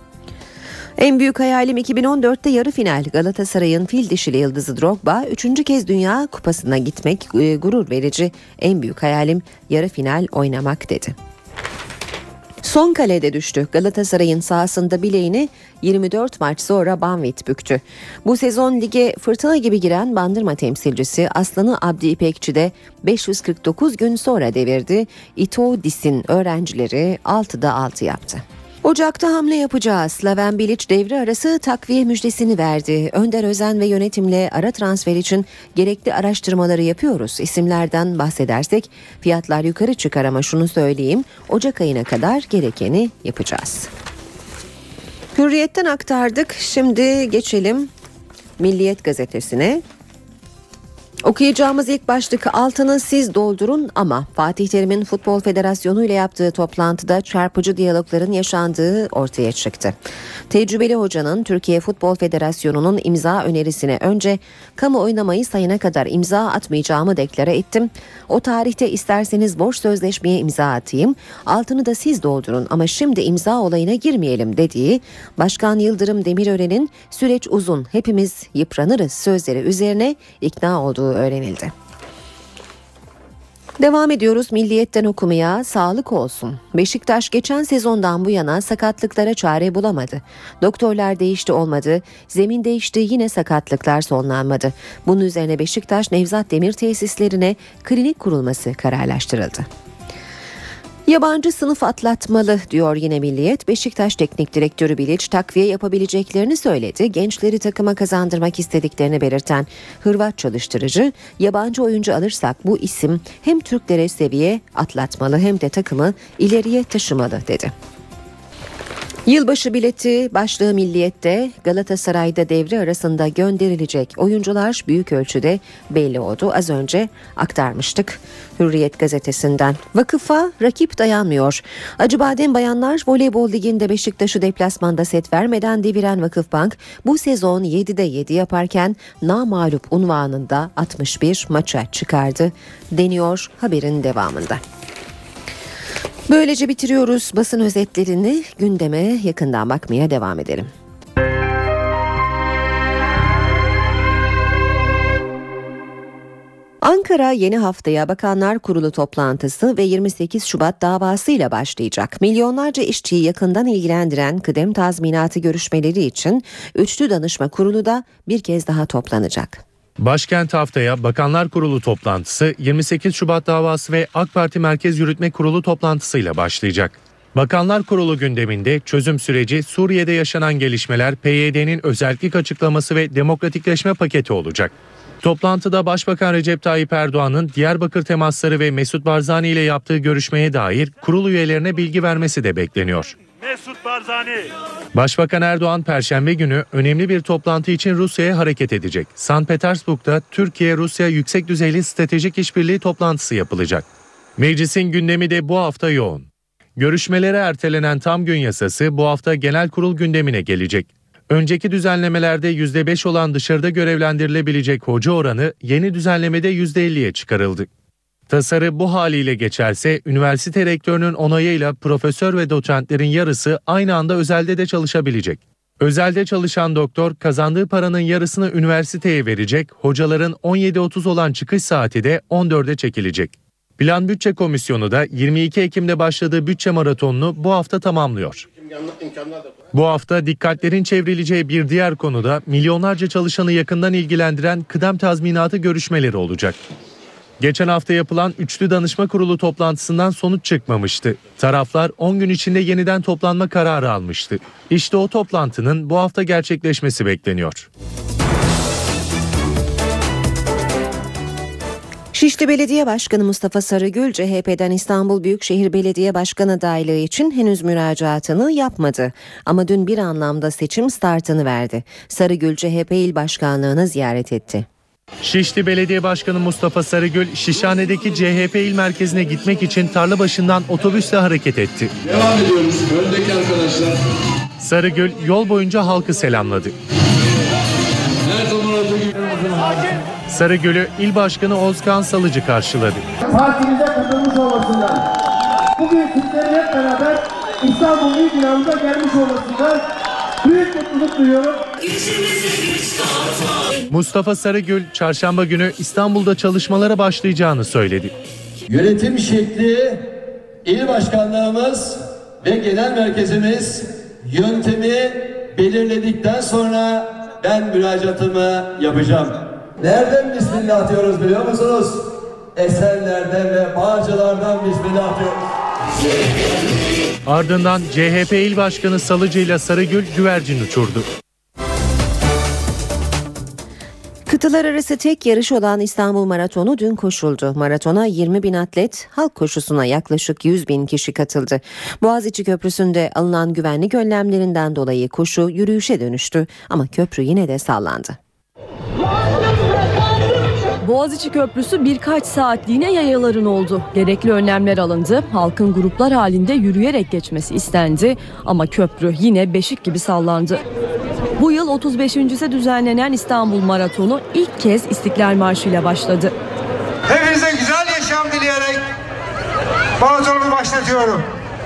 En büyük hayalim 2014'te yarı final. Galatasaray'ın fil dişili yıldızı Drogba 3. kez Dünya Kupası'na gitmek gurur verici. En büyük hayalim yarı final oynamak dedi. Son kalede düştü. Galatasaray'ın sahasında bileğini 24 maç sonra Banvit büktü. Bu sezon lige fırtına gibi giren Bandırma temsilcisi Aslanı Abdi İpekçi de 549 gün sonra devirdi. İto Dis'in öğrencileri 6'da 6 yaptı. Ocak'ta hamle yapacağız. Slaven Bilic devre arası takviye müjdesini verdi. Önder Özen ve yönetimle ara transfer için gerekli araştırmaları yapıyoruz. İsimlerden bahsedersek fiyatlar yukarı çıkar ama şunu söyleyeyim. Ocak ayına kadar gerekeni yapacağız. Hürriyet'ten aktardık. Şimdi geçelim Milliyet gazetesine. Okuyacağımız ilk başlık altını siz doldurun ama Fatih Terim'in Futbol Federasyonu ile yaptığı toplantıda çarpıcı diyalogların yaşandığı ortaya çıktı. Tecrübeli hocanın Türkiye Futbol Federasyonu'nun imza önerisine önce kamuoyuna Mayıs ayına kadar imza atmayacağımı deklare ettim. O tarihte isterseniz boş sözleşmeye imza atayım, altını da siz doldurun ama şimdi imza olayına girmeyelim dediği Başkan Yıldırım Demirören'in süreç uzun, hepimiz yıpranırız sözleri üzerine ikna olduğu öğrenildi. Devam ediyoruz Milliyet'ten okumaya. Sağlık olsun. Beşiktaş geçen sezondan bu yana sakatlıklara çare bulamadı. Doktorlar değişti olmadı. Zemin değişti yine sakatlıklar sonlanmadı. Bunun üzerine Beşiktaş Nevzat Demir tesislerine klinik kurulması kararlaştırıldı. Yabancı sınıf atlatmalı diyor yine Milliyet. Beşiktaş Teknik Direktörü Bilic takviye yapabileceklerini söyledi. Gençleri takıma kazandırmak istediklerini belirten Hırvat çalıştırıcı, yabancı oyuncu alırsak bu isim hem Türklere seviye atlatmalı hem de takımı ileriye taşımalı dedi. Yılbaşı bileti başlığı Milliyet'te. Galatasaray'da devre arasında gönderilecek oyuncular büyük ölçüde belli oldu. Az önce aktarmıştık Hürriyet gazetesinden. Vakıfa rakip dayanmıyor. Acıbadem Bayanlar Voleybol Ligi'nde Beşiktaş'ı deplasmanda set vermeden deviren Vakıfbank bu sezon 7'de 7 yaparken namağlup unvanında 61 maça çıkardı deniyor haberin devamında. Böylece bitiriyoruz basın özetlerini, gündeme yakından bakmaya devam edelim. Ankara yeni haftaya Bakanlar Kurulu toplantısı ve 28 Şubat davasıyla başlayacak. Milyonlarca işçiyi yakından ilgilendiren kıdem tazminatı görüşmeleri için Üçlü Danışma Kurulu da bir kez daha toplanacak. Başkent haftaya Bakanlar Kurulu toplantısı, 28 Şubat davası ve AK Parti Merkez Yürütme Kurulu toplantısıyla başlayacak. Bakanlar Kurulu gündeminde çözüm süreci, Suriye'de yaşanan gelişmeler, PYD'nin özellik açıklaması ve demokratikleşme paketi olacak. Toplantıda Başbakan Recep Tayyip Erdoğan'ın Diyarbakır temasları ve Mesut Barzani ile yaptığı görüşmeye dair kurul üyelerine bilgi vermesi de bekleniyor. Mesut Barzani. Başbakan Erdoğan Perşembe günü önemli bir toplantı için Rusya'ya hareket edecek. St. Petersburg'da Türkiye-Rusya yüksek düzeyli stratejik işbirliği toplantısı yapılacak. Meclisin gündemi de bu hafta yoğun. Görüşmelere ertelenen tam gün yasası bu hafta genel kurul gündemine gelecek. Önceki düzenlemelerde %5 olan dışarıda görevlendirilebilecek hoca oranı yeni düzenlemede %50'ye çıkarıldı. Tasarı bu haliyle geçerse üniversite rektörünün onayıyla profesör ve doçentlerin yarısı aynı anda özelde de çalışabilecek. Özelde çalışan doktor kazandığı paranın yarısını üniversiteye verecek, hocaların 17.30 olan çıkış saati de 14'e çekilecek. Plan Bütçe Komisyonu da 22 Ekim'de başladığı bütçe maratonunu bu hafta tamamlıyor. Bu hafta dikkatlerin çevrileceği bir diğer konuda milyonlarca çalışanı yakından ilgilendiren kıdem tazminatı görüşmeleri olacak. Geçen hafta yapılan Üçlü Danışma Kurulu toplantısından sonuç çıkmamıştı. Taraflar 10 gün içinde yeniden toplanma kararı almıştı. İşte o toplantının bu hafta gerçekleşmesi bekleniyor. Şişli Belediye Başkanı Mustafa Sarıgül, CHP'den İstanbul Büyükşehir Belediye Başkanı adaylığı için henüz müracaatını yapmadı. Ama dün bir anlamda seçim startını verdi. Sarıgül, CHP İl Başkanlığı'nı ziyaret etti. Şişli Belediye Başkanı Mustafa Sarıgül, Şişhane'deki CHP il merkezine gitmek için Tarlabaşı'ndan otobüsle hareket etti. Devam ediyoruz. Öndeki arkadaşlar. Sarıgül yol boyunca halkı selamladı. Sarıgül'ü İl Başkanı Özkan Salıcı karşıladı. Partimize katılmış olmasından, bugün sizlerin hep beraber İstanbul İl Planı'na gelmiş olmasından büyük mutluluk duyuyorum. Mustafa Sarıgül, çarşamba günü İstanbul'da çalışmalara başlayacağını söyledi. Yönetim şekli, il başkanlığımız ve genel merkezimiz yöntemi belirledikten sonra ben müracaatımı yapacağım. Nereden bismillah atıyoruz biliyor musunuz? Esenler'den ve Bağcılar'dan bismillah atıyoruz. Ardından CHP İl Başkanı Salıcı ile Sarıgül güvercin uçurdu. Kıtalar arası tek yarış olan İstanbul Maratonu dün koşuldu. Maratona 20 bin atlet, halk koşusuna yaklaşık 100 bin kişi katıldı. Boğaziçi Köprüsü'nde alınan güvenlik önlemlerinden dolayı koşu yürüyüşe dönüştü ama köprü yine de sağlandı. Boğaziçi Köprüsü birkaç saatliğine yayaların oldu. Gerekli önlemler alındı. Halkın gruplar halinde yürüyerek geçmesi istendi ama köprü yine beşik gibi sallandı. Bu yıl 35.'si düzenlenen İstanbul Maratonu ilk kez İstiklal Marşı ile başladı. Hepinize güzel yaşam dileyerek maratonumu başlatıyorum.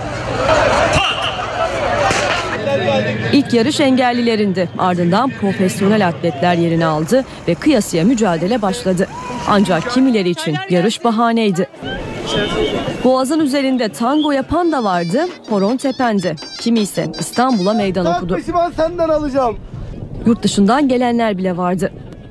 İlk yarış engellilerindi. Ardından profesyonel atletler yerini aldı ve kıyasıya mücadele başladı. Ancak kimileri için yarış bahaneydi. Boğazın üzerinde tango yapan da vardı, horon tependi. Kimi ise İstanbul'a meydan okudu. Senden alacağım. Yurt dışından gelenler bile vardı.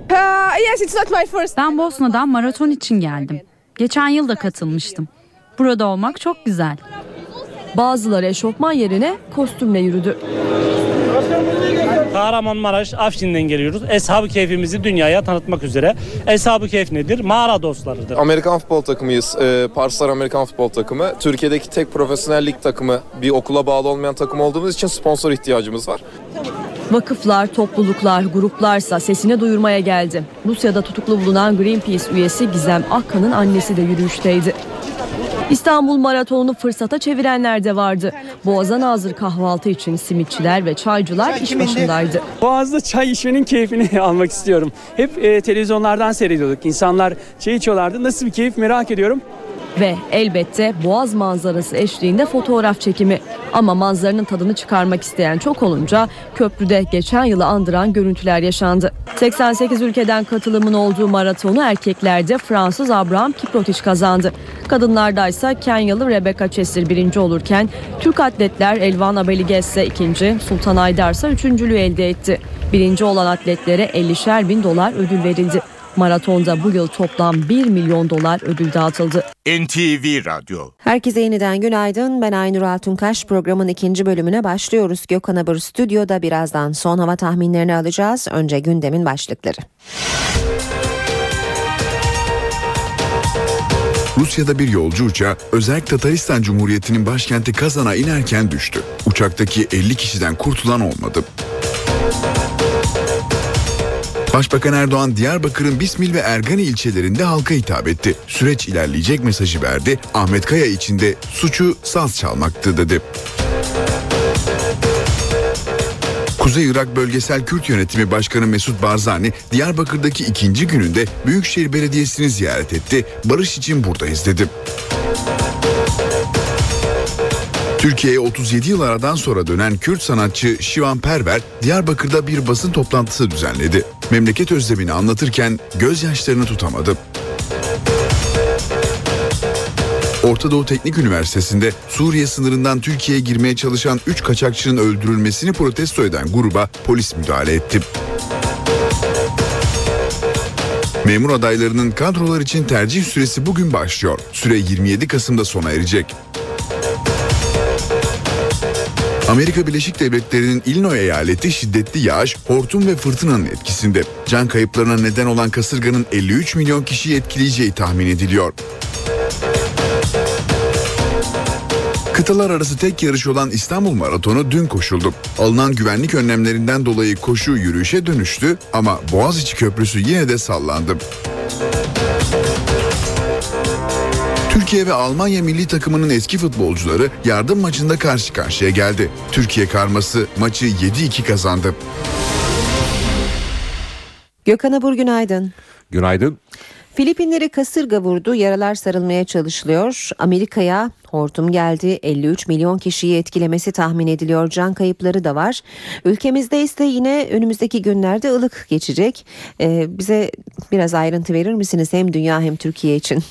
Ben Bosna'dan maraton için geldim. Geçen yıl da katılmıştım. Burada olmak çok güzel. Bazıları eşofman yerine kostümle yürüdü. Kahramanmaraş, Afşin'den geliyoruz. Eshab-ı Keyf'imizi dünyaya tanıtmak üzere. Eshab-ı Keyf nedir? Mağara dostlarıdır. Amerikan futbol takımıyız. Parslar Amerikan futbol takımı. Türkiye'deki tek profesyonel lig takımı. Bir okula bağlı olmayan takım olduğumuz için sponsor ihtiyacımız var. Vakıflar, topluluklar, gruplarsa sesini duyurmaya geldi. Rusya'da tutuklu bulunan Greenpeace üyesi Gizem Akkan'ın annesi de yürüyüşteydi. İstanbul Maratonu'nu fırsata çevirenler de vardı. Boğaz'a nazır kahvaltı için simitçiler ve çaycılar iş başındaydı. Boğaz'da çay içmenin keyfini almak istiyorum. Hep televizyonlardan seyrediyorduk. İnsanlar çay içiyorlardı. Nasıl bir keyif merak ediyorum. Ve elbette Boğaz manzarası eşliğinde fotoğraf çekimi. Ama manzaranın tadını çıkarmak isteyen çok olunca köprüde geçen yılı andıran görüntüler yaşandı. 88 ülkeden katılımın olduğu maratonu erkeklerde Fransız Abraham Kiprotich kazandı. Kadınlardaysa Kenyalı Rebecca Chesir birinci olurken Türk atletler Elvan Abeligesse ikinci, Sultan Aydar ise üçüncülüğü elde etti. Birinci olan atletlere 50'şer bin dolar ödül verildi. Maratonda bu yıl toplam $1 milyon ödül dağıtıldı. NTV Radyo. Herkese yeniden günaydın. Ben Aynur Altunkaş. Programın ikinci bölümüne başlıyoruz. Gökhan Abur stüdyoda, birazdan son hava tahminlerini alacağız. Önce gündemin başlıkları. Rusya'da bir yolcu uçağı Özerk Tataristan Cumhuriyeti'nin başkenti Kazan'a inerken düştü. Uçaktaki 50 kişiden kurtulan olmadı. Başbakan Erdoğan Diyarbakır'ın Bismil ve Ergani ilçelerinde halka hitap etti. Süreç ilerleyecek mesajı verdi. Ahmet Kaya için de suçu saz çalmaktı dedi. Kuzey Irak Bölgesel Kürt Yönetimi Başkanı Mesut Barzani, Diyarbakır'daki ikinci gününde Büyükşehir Belediyesi'ni ziyaret etti. Barış için buradayız dedi. Türkiye'ye 37 yıl aradan sonra dönen Kürt sanatçı Şivan Perver, Diyarbakır'da bir basın toplantısı düzenledi. Memleket özlemini anlatırken gözyaşlarını tutamadı. Orta Doğu Teknik Üniversitesi'nde Suriye sınırından Türkiye'ye girmeye çalışan 3 kaçakçının öldürülmesini protesto eden gruba polis müdahale etti. Memur adaylarının kadrolar için tercih süresi bugün başlıyor. Süre 27 Kasım'da sona erecek. Amerika Birleşik Devletleri'nin Illinois eyaleti şiddetli yağış, hortum ve fırtınanın etkisinde. Can kayıplarına neden olan kasırganın 53 milyon kişiyi etkileyeceği tahmin ediliyor. Kıtalar arası tek yarış olan İstanbul Maratonu dün koşuldu. Alınan güvenlik önlemlerinden dolayı koşu yürüyüşe dönüştü ama Boğaziçi Köprüsü yine de sallandı. Türkiye ve Almanya milli takımının eski futbolcuları yardım maçında karşı karşıya geldi. Türkiye karması maçı 7-2 kazandı. Gökhan Abur, günaydın. Günaydın. Filipinleri kasırga vurdu, yaralar sarılmaya çalışılıyor. Amerika'ya hortum geldi, 53 milyon kişiyi etkilemesi tahmin ediliyor. Can kayıpları da var. Ülkemizde ise yine önümüzdeki günlerde ılık geçecek. Bize biraz ayrıntı verir misiniz hem dünya hem Türkiye için?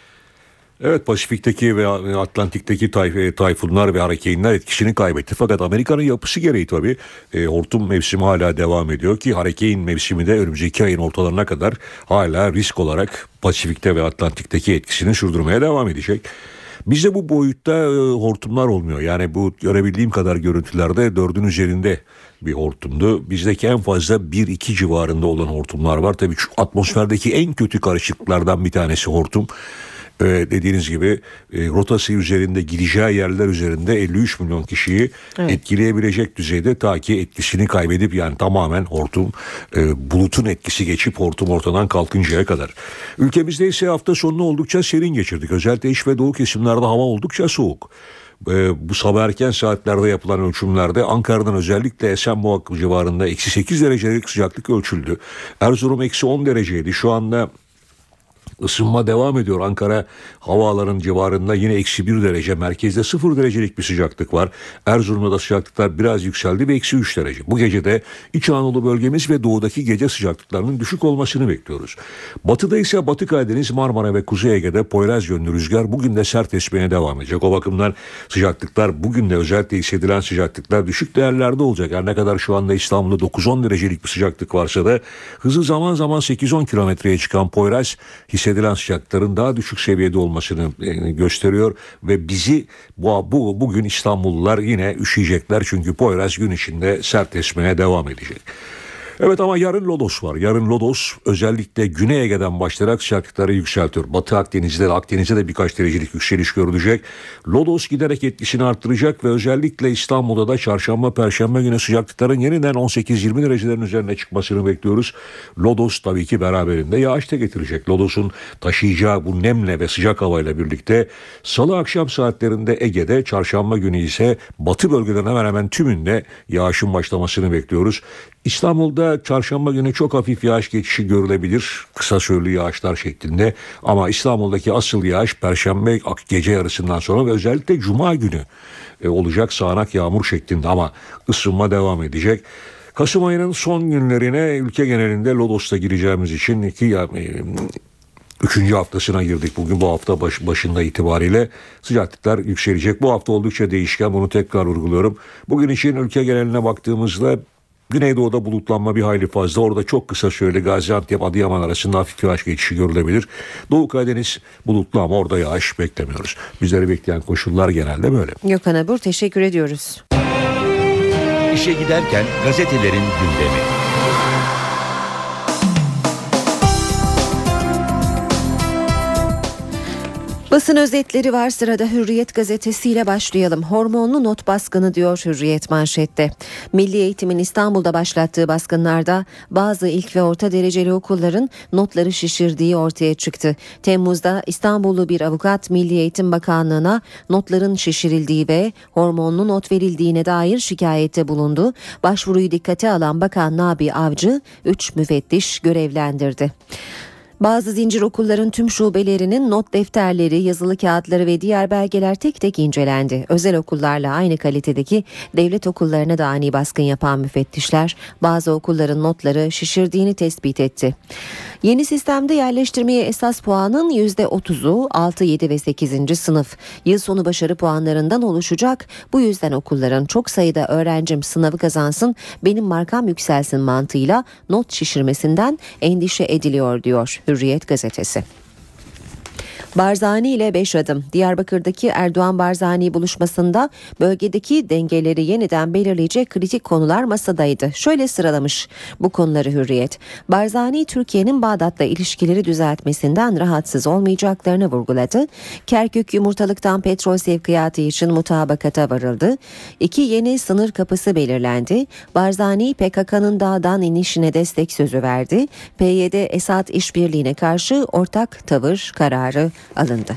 Evet, Pasifik'teki ve Atlantik'teki tayfunlar ve harikenler etkisini kaybetti. Fakat Amerika'nın yapısı gereği tabii hortum mevsimi hala devam ediyor ki hariken mevsimi de önümüzdeki ayın ortalarına kadar hala risk olarak Pasifik'te ve Atlantik'teki etkisini sürdürmeye devam edecek. Bizde bu boyutta hortumlar olmuyor. Yani bu görebildiğim kadar görüntülerde 4'ün üzerinde bir hortumdu. Bizdeki en fazla 1-2 civarında olan hortumlar var. Tabii şu atmosferdeki en kötü karışıklıklardan bir tanesi hortum. Dediğiniz gibi rotası üzerinde, gideceği yerler üzerinde 53 milyon kişiyi etkileyebilecek düzeyde, ta ki etkisini kaybedip yani tamamen hortum bulutun etkisi geçip hortum ortadan kalkıncaya kadar. Ülkemizde ise hafta sonunu oldukça serin geçirdik. Özellikle iç ve doğu kesimlerde hava oldukça soğuk. Bu sabah erken saatlerde yapılan ölçümlerde Ankara'dan özellikle Esenboğa civarında -8 derecelik sıcaklık ölçüldü. Erzurum -10 dereceydi. Şu anda Isınma devam ediyor. Ankara havaalanının civarında yine -1 derece. Merkezde 0 derecelik bir sıcaklık var. Erzurum'da da sıcaklıklar biraz yükseldi ve -3 derece. Bu gece de İç Anadolu bölgemiz ve doğudaki gece sıcaklıklarının düşük olmasını bekliyoruz. Batıda ise Batı Karadeniz, Marmara ve Kuzey Ege'de Poyraz yönlü rüzgar bugün de sert esmeye devam edecek. O bakımdan sıcaklıklar bugün de özellikle hissedilen sıcaklıklar düşük değerlerde olacak. Her ne kadar şu anda İstanbul'da 9-10 derecelik bir sıcaklık varsa da hızı zaman zaman 8-10 kilometreye çıkan Poyraz hissedilen sıcaklıkların daha düşük seviyede olmasını gösteriyor ve bizi bugün İstanbullular yine üşüyecekler, çünkü Poyraz gün içinde sert esmeye devam edecek. Evet, ama yarın lodos var. Yarın lodos özellikle Güney Ege'den başlayarak sıcaklıkları yükseltiyor. Batı Akdeniz'de de birkaç derecelik yükseliş görülecek. Lodos giderek etkisini arttıracak ve özellikle İstanbul'da da çarşamba, perşembe günü sıcaklıkların yeniden 18-20 derecelerin üzerine çıkmasını bekliyoruz. Lodos tabii ki beraberinde yağış da getirecek. Lodos'un taşıyacağı bu nemle ve sıcak havayla birlikte salı akşam saatlerinde Ege'de, çarşamba günü ise batı bölgelerin hemen hemen tümünde yağışın başlamasını bekliyoruz. İstanbul'da çarşamba günü çok hafif yağış geçişi görülebilir, kısa süreli yağışlar şeklinde, ama İstanbul'daki asıl yağış perşembe gece yarısından sonra ve özellikle cuma günü olacak, sağanak yağmur şeklinde, ama ısınma devam edecek. Kasım ayının son günlerine ülke genelinde lodos'ta gireceğimiz için 3. haftasına girdik. Bugün bu hafta başında itibariyle sıcaklıklar yükselecek. Bu hafta oldukça değişken, bunu tekrar vurguluyorum. Bugün için ülke geneline baktığımızda Güneydoğu'da bulutlanma bir hayli fazla. Orada çok kısa süreli Gaziantep, Adıyaman arasında hafif yağış geçişi görülebilir. Doğu Karadeniz bulutlu ama orada yağış beklemiyoruz. Bizleri bekleyen koşullar genelde böyle. Gökhan Abur, teşekkür ediyoruz. İşe giderken gazetelerin gündemi. Basın özetleri var sırada. Hürriyet gazetesiyle başlayalım. Hormonlu not baskını diyor Hürriyet manşette. Milli Eğitim'in İstanbul'da başlattığı baskınlarda bazı ilk ve orta dereceli okulların notları şişirdiği ortaya çıktı. Temmuz'da İstanbullu bir avukat Milli Eğitim Bakanlığı'na notların şişirildiği ve hormonlu not verildiğine dair şikayette bulundu. Başvuruyu dikkate alan Bakan Nabi Avcı 3 müfettiş görevlendirdi. Bazı zincir okulların tüm şubelerinin not defterleri, yazılı kağıtları ve diğer belgeler tek tek incelendi. Özel okullarla aynı kalitedeki devlet okullarına da ani baskın yapan müfettişler bazı okulların notları şişirdiğini tespit etti. Yeni sistemde yerleştirmeye esas puanın %30'u 6, 7 ve 8. sınıf yıl sonu başarı puanlarından oluşacak. Bu yüzden okulların çok sayıda öğrencim sınavı kazansın, benim markam yükselsin mantığıyla not şişirmesinden endişe ediliyor diyor Hürriyet gazetesi. Barzani ile 5 adım. Diyarbakır'daki Erdoğan-Barzani buluşmasında bölgedeki dengeleri yeniden belirleyecek kritik konular masadaydı. Şöyle sıralamış bu konuları Hürriyet. Barzani, Türkiye'nin Bağdat'la ilişkileri düzeltmesinden rahatsız olmayacaklarını vurguladı. Kerkük yumurtalıktan petrol sevkiyatı için mutabakata varıldı. 2 yeni sınır kapısı belirlendi. Barzani, PKK'nın dağdan inişine destek sözü verdi. PYD-Esad işbirliğine karşı ortak tavır kararı alındı.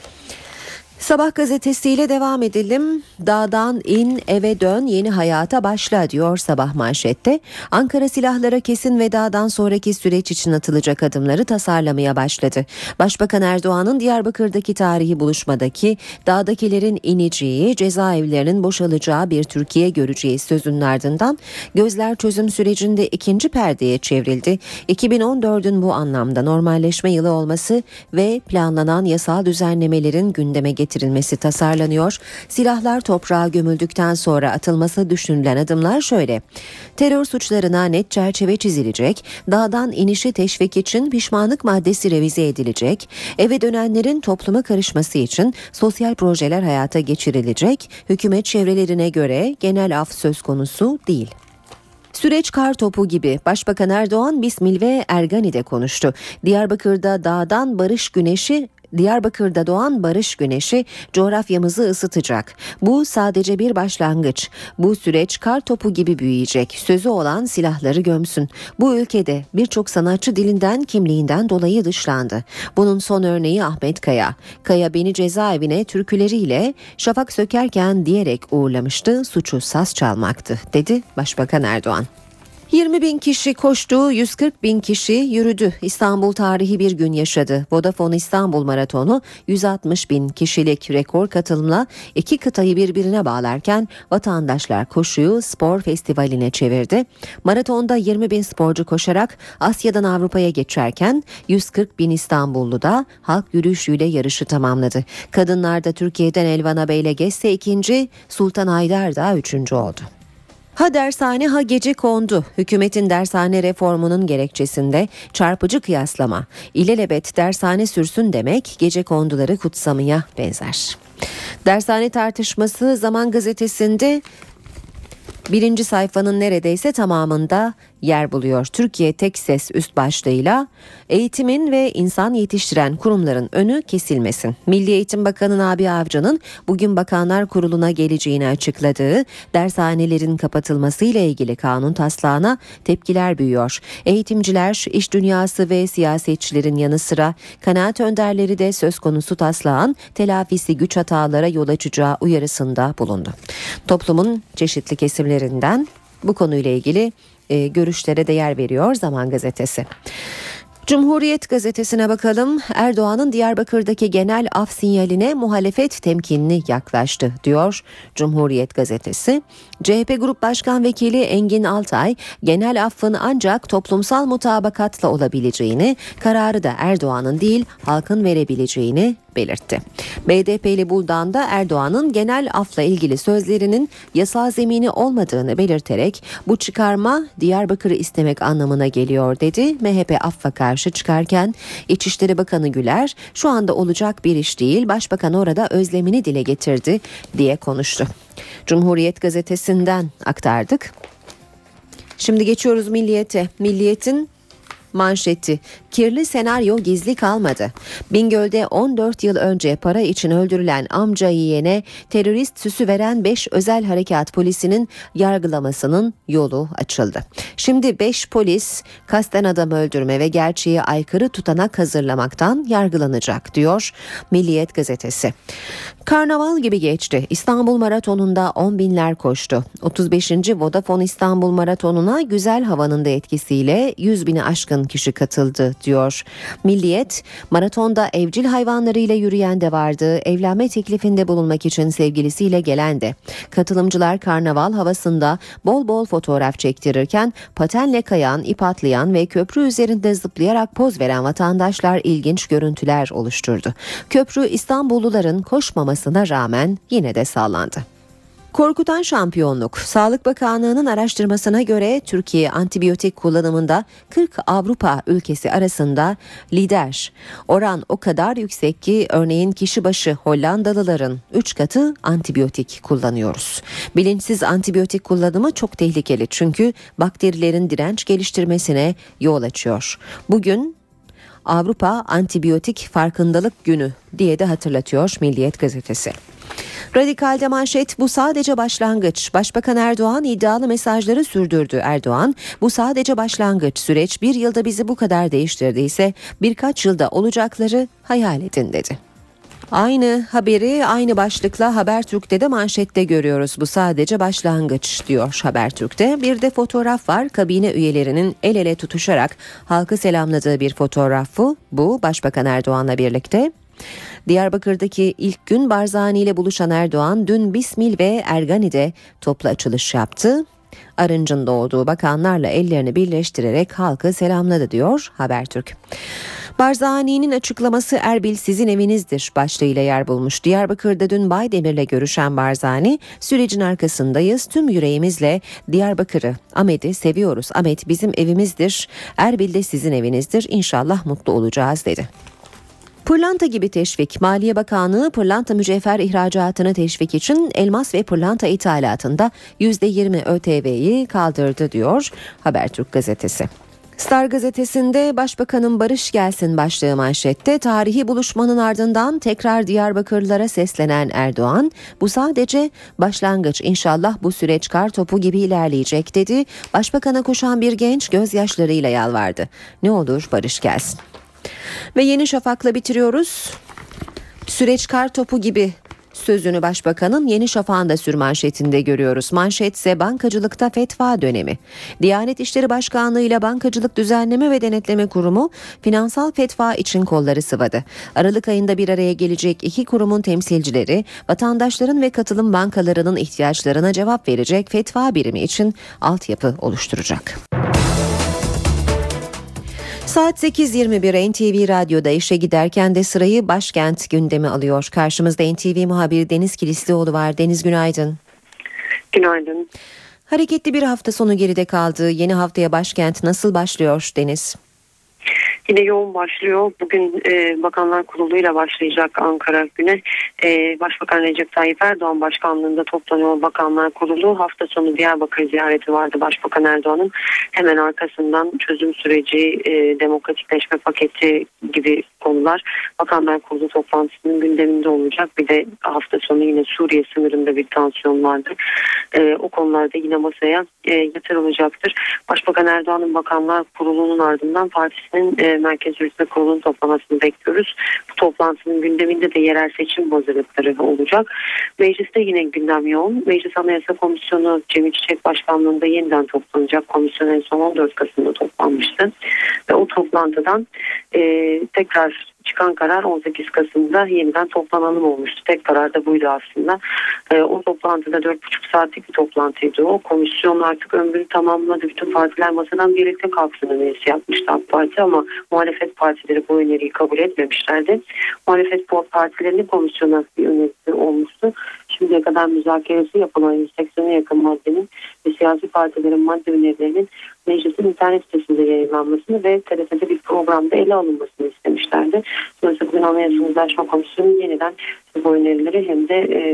Sabah gazetesiyle devam edelim. Dağdan in, eve dön, yeni hayata başla diyor Sabah manşette. Ankara silahlara kesin vedadan sonraki süreç için atılacak adımları tasarlamaya başladı. Başbakan Erdoğan'ın Diyarbakır'daki tarihi buluşmadaki dağdakilerin ineceği, cezaevlerinin boşalacağı bir Türkiye göreceğiz sözünün ardından gözler çözüm sürecinde ikinci perdeye çevrildi. 2014'ün bu anlamda normalleşme yılı olması ve planlanan yasal düzenlemelerin gündeme getirilmesi tasarlanıyor. Silahlar toprağa gömüldükten sonra atılması düşünülen adımlar şöyle. Terör suçlarına net çerçeve çizilecek, dağdan inişi teşvik için pişmanlık maddesi revize edilecek, eve dönenlerin topluma karışması için sosyal projeler hayata geçirilecek, hükümet çevrelerine göre genel af söz konusu değil. Süreç kar topu gibi. Başbakan Erdoğan Bismil ve Ergani'de konuştu. Diyarbakır'da doğan barış güneşi coğrafyamızı ısıtacak. Bu sadece bir başlangıç. Bu süreç kar topu gibi büyüyecek. Sözü olan silahları gömsün. Bu ülkede birçok sanatçı dilinden, kimliğinden dolayı dışlandı. Bunun son örneği Ahmet Kaya. Kaya beni cezaevine türküleriyle şafak sökerken diyerek uğurlamıştı. Suçu saz çalmaktı, dedi Başbakan Erdoğan. 20.000 kişi koştu, 140.000 kişi yürüdü. İstanbul tarihi bir gün yaşadı. Vodafone İstanbul Maratonu 160.000 kişilik rekor katılımla 2 kıtayı birbirine bağlarken vatandaşlar koşuyu spor festivaline çevirdi. Maratonda 20.000 sporcu koşarak Asya'dan Avrupa'ya geçerken 140.000 İstanbullu da halk yürüyüşüyle yarışı tamamladı. Kadınlarda Türkiye'den Elvan Abeylegesse 2. Sultan Haydar da 3. oldu. Ha dershane ha gece kondu. Hükümetin dershane reformunun gerekçesinde çarpıcı kıyaslama. İlelebet dershane sürsün demek gece konduları kutsamaya benzer. Dershane tartışması Zaman Gazetesi'nde 1. sayfanın neredeyse tamamında yer buluyor. Türkiye tek ses üst başlığıyla eğitimin ve insan yetiştiren kurumların önü kesilmesin. Milli Eğitim Bakanı Nabi Avcı'nın bugün Bakanlar Kurulu'na geleceğini açıkladığı dershanelerin kapatılmasıyla ilgili kanun taslağına tepkiler büyüyor. Eğitimciler, iş dünyası ve siyasetçilerin yanı sıra kanaat önderleri de söz konusu taslağın telafisi güç hatalara yol açacağı uyarısında bulundu. Toplumun çeşitli kesimlerinden bu konuyla ilgili görüşlere de yer veriyor Zaman Gazetesi. Cumhuriyet Gazetesi'ne bakalım. Erdoğan'ın Diyarbakır'daki genel af sinyaline muhalefet temkinli yaklaştı diyor Cumhuriyet Gazetesi. CHP Grup Başkan Vekili Engin Altay, genel affın ancak toplumsal mutabakatla olabileceğini, kararı da Erdoğan'ın değil halkın verebileceğini belirtti. BDP'li Buldan da Erdoğan'ın genel afla ilgili sözlerinin yasal zemini olmadığını belirterek bu çıkarma Diyarbakır'ı istemek anlamına geliyor dedi. MHP affa karşı çıkarken İçişleri Bakanı Güler şu anda olacak bir iş değil, Başbakan orada özlemini dile getirdi diye konuştu. Cumhuriyet Gazetesi'nden aktardık. Şimdi geçiyoruz Milliyet'e. Milliyet'in manşeti. Kirli senaryo gizli kalmadı. Bingöl'de 14 yıl önce para için öldürülen amca yeğene terörist süsü veren 5 özel harekat polisinin yargılamasının yolu açıldı. Şimdi 5 polis kasten adam öldürme ve gerçeğe aykırı tutanak hazırlamaktan yargılanacak diyor Milliyet gazetesi. Karnaval gibi geçti. İstanbul Maratonu'nda 10 binler koştu. 35. Vodafone İstanbul Maratonu'na güzel havanın da etkisiyle 100 bini aşkın kişi katıldı diyor. Milliyet, maratonda evcil hayvanlarıyla yürüyen de vardı, evlenme teklifinde bulunmak için sevgilisiyle gelen de. Katılımcılar karnaval havasında bol bol fotoğraf çektirirken patenle kayan, ip atlayan ve köprü üzerinde zıplayarak poz veren vatandaşlar ilginç görüntüler oluşturdu. Köprü İstanbulluların koşmamasına rağmen yine de sağlandı. Korkutan şampiyonluk. Sağlık Bakanlığı'nın araştırmasına göre Türkiye antibiyotik kullanımında 40 Avrupa ülkesi arasında lider. Oran o kadar yüksek ki örneğin kişi başı Hollandalıların 3 katı antibiyotik kullanıyoruz. Bilinçsiz antibiyotik kullanımı çok tehlikeli çünkü bakterilerin direnç geliştirmesine yol açıyor. Bugün Avrupa Antibiyotik Farkındalık Günü diye de hatırlatıyor Milliyet gazetesi. Radikal'de manşet, bu sadece başlangıç. Başbakan Erdoğan iddialı mesajları sürdürdü. Erdoğan, bu sadece başlangıç. Süreç bir yılda bizi bu kadar değiştirdiyse birkaç yılda olacakları hayal edin dedi. Aynı haberi aynı başlıkla Habertürk'te de manşette görüyoruz. Bu sadece başlangıç diyor Habertürk'te. Bir de fotoğraf var. Kabine üyelerinin el ele tutuşarak halkı selamladığı bir fotoğrafı. Bu Başbakan Erdoğan'la birlikte. Diyarbakır'daki ilk gün Barzani ile buluşan Erdoğan dün Bismil ve Ergani'de toplu açılış yaptı. Arınç'ın doğduğu bakanlarla ellerini birleştirerek halkı selamladı diyor Habertürk. Barzani'nin açıklaması Erbil sizin evinizdir başlığıyla yer bulmuş. Diyarbakır'da dün Baydemir'le görüşen Barzani, sürecin arkasındayız, tüm yüreğimizle Diyarbakır'ı, Ahmet'i seviyoruz. Ahmet bizim evimizdir, Erbil de sizin evinizdir, İnşallah mutlu olacağız dedi. Pırlanta gibi teşvik. Maliye Bakanlığı pırlanta mücevher ihracatını teşvik için elmas ve pırlanta ithalatında %20 ÖTV'yi kaldırdı diyor Habertürk gazetesi. Star gazetesinde Başbakanın barış gelsin başlığı manşette. Tarihi buluşmanın ardından tekrar Diyarbakırlılara seslenen Erdoğan, bu sadece başlangıç, İnşallah bu süreç kar topu gibi ilerleyecek dedi. Başbakana koşan bir genç gözyaşlarıyla yalvardı. Ne olur barış gelsin. Ve Yeni Şafak'la bitiriyoruz. Süreç kar topu gibi sözünü Başbakanın Yeni Şafak'ın da sürmanşetinde görüyoruz. Manşetse bankacılıkta fetva dönemi. Diyanet İşleri Başkanlığı ile Bankacılık Düzenleme ve Denetleme Kurumu finansal fetva için kolları sıvadı. Aralık ayında bir araya gelecek iki kurumun temsilcileri vatandaşların ve katılım bankalarının ihtiyaçlarına cevap verecek fetva birimi için altyapı oluşturacak. Saat 8.21 NTV Radyo'da işe giderken de sırayı başkent gündemi alıyor. Karşımızda NTV muhabiri Deniz Kilislioğlu var. Deniz günaydın. Günaydın. Hareketli bir hafta sonu geride kaldı. Yeni haftaya başkent nasıl başlıyor Deniz? Yine yoğun başlıyor. Bugün Bakanlar Kurulu'yla başlayacak Ankara güne. Başbakan Recep Tayyip Erdoğan başkanlığında toplanıyor Bakanlar Kurulu. Hafta sonu Diyarbakır ziyareti vardı Başbakan Erdoğan'ın. Hemen arkasından çözüm süreci, demokratikleşme paketi gibi konular Bakanlar Kurulu toplantısının gündeminde olacak. Bir de hafta sonu yine Suriye sınırında bir tansiyon vardı. O konularda yine masaya yatırılacaktır. Başbakan Erdoğan'ın Bakanlar Kurulu'nun ardından partisinin Merkez Yürütme Kurulu'nun toplamasını bekliyoruz. Bu toplantının gündeminde de yerel seçim hazırlıkları olacak. Mecliste yine gündem yoğun. Meclis Anayasa Komisyonu Cemil Çiçek Başkanlığı'nda yeniden toplanacak. Komisyon en son 14 Kasım'da toplanmıştı. Ve o toplantıdan tekrar çıkan karar 18 Kasım'da yeniden toplanalım olmuştu. Tek karar da buydu aslında. O toplantıda 4,5 saatlik bir toplantıydı o. Komisyon artık ömrünü tamamladı. Bütün partiler masadan birlikte kalksın önerisi yapmıştı AK Parti ama muhalefet partileri bu öneriyi kabul etmemişlerdi. Muhalefet partilerinin komisyona bir önerisi olmuştu. Şimdiye kadar müzakeresi yapılan 180'e yakın maddenin ve siyasi partilerin madde önerilerinin meclisin internet sitesinde yayınlanmasını ve TRT'de bir programda ele alınmasını istemişlerdi. Dolayısıyla bugün Anayasa Uzlaşma Komisyonu yeniden bu önerileri hem de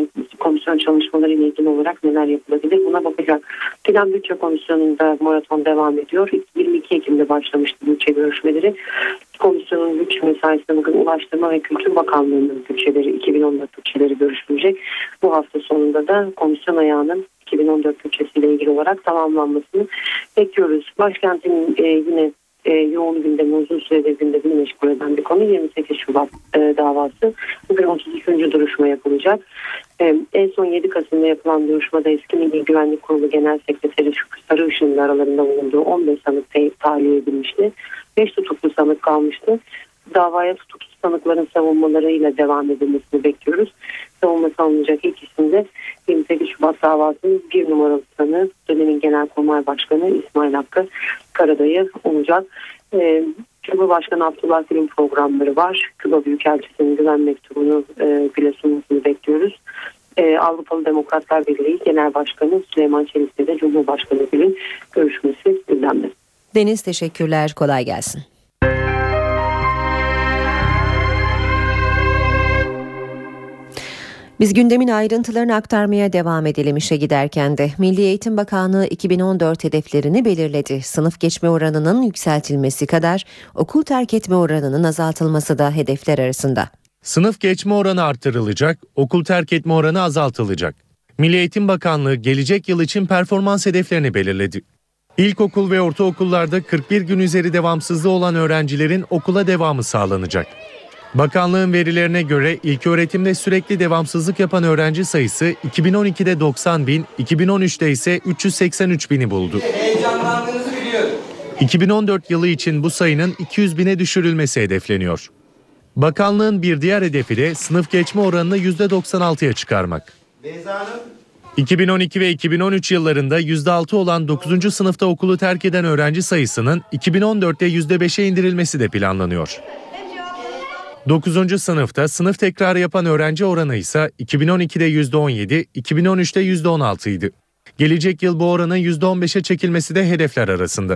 komisyon çalışmaları ile ilgili olarak neler yapılabilir buna bakacak. Plan Bütçe Komisyonu'nda maraton devam ediyor. 22 Ekim'de başlamıştı bütçe görüşmeleri. Komisyonun bütçe mesaisine bugün Ulaştırma ve Kültür Bakanlığı'nın bütçeleri, 2014 bütçeleri görüşülecek. Bu hafta sonunda da komisyon ayağının 2014 bütçesiyle ilgili olarak tamamlanmasını bekliyoruz. Başkentin yine yoğun gündemi, uzun süredir gündemini meşgul eden bir konu 28 Şubat davası. Bugün 33. duruşma yapılacak. En son 7 Kasım'da yapılan duruşmada eski Milli Güvenlik Kurulu Genel Sekreteri Şükrü Sarıışın'ın aralarında bulunduğu 15 sanık tahliye edilmişti. 5 tutuklu sanık kalmıştı. Davaya tutuksuz sanıkların savunmalarıyla devam edilmesini bekliyoruz. Savunması alınacak ilk isim de 28 Şubat davasının 1 numaralı sanığı dönemin Genelkurmay Başkanı İsmail Hakkı Karadayı olacak. Cumhurbaşkanı Abdullah Gül'ün programları var. Küba Büyükelçisi'nin güven mektubunu bile sunmasını bekliyoruz. Avrupalı Demokratlar Birliği Genel Başkanı Süleyman Çelik'le de Cumhurbaşkanı Gül'ün görüşmesi gündemde. Deniz teşekkürler, kolay gelsin. Biz gündemin ayrıntılarını aktarmaya devam edelim işe giderken de. Milli Eğitim Bakanlığı 2014 hedeflerini belirledi. Sınıf geçme oranının yükseltilmesi kadar okul terk etme oranının azaltılması da hedefler arasında. Sınıf geçme oranı artırılacak, okul terk etme oranı azaltılacak. Milli Eğitim Bakanlığı gelecek yıl için performans hedeflerini belirledi. İlkokul ve ortaokullarda 41 gün üzeri devamsızlığı olan öğrencilerin okula devamı sağlanacak. Bakanlığın verilerine göre ilköğretimde sürekli devamsızlık yapan öğrenci sayısı 2012'de 90 bin, 2013'te ise 383 bini buldu. 2014 yılı için bu sayının 200 bine düşürülmesi hedefleniyor. Bakanlığın bir diğer hedefi de sınıf geçme oranını %96'ya çıkarmak. 2012 ve 2013 yıllarında %6 olan 9. sınıfta okulu terk eden öğrenci sayısının 2014'te %5'e indirilmesi de planlanıyor. 9. sınıfta sınıf tekrarı yapan öğrenci oranı ise 2012'de %17, 2013'te %16 idi. Gelecek yıl bu oranın %15'e çekilmesi de hedefler arasında.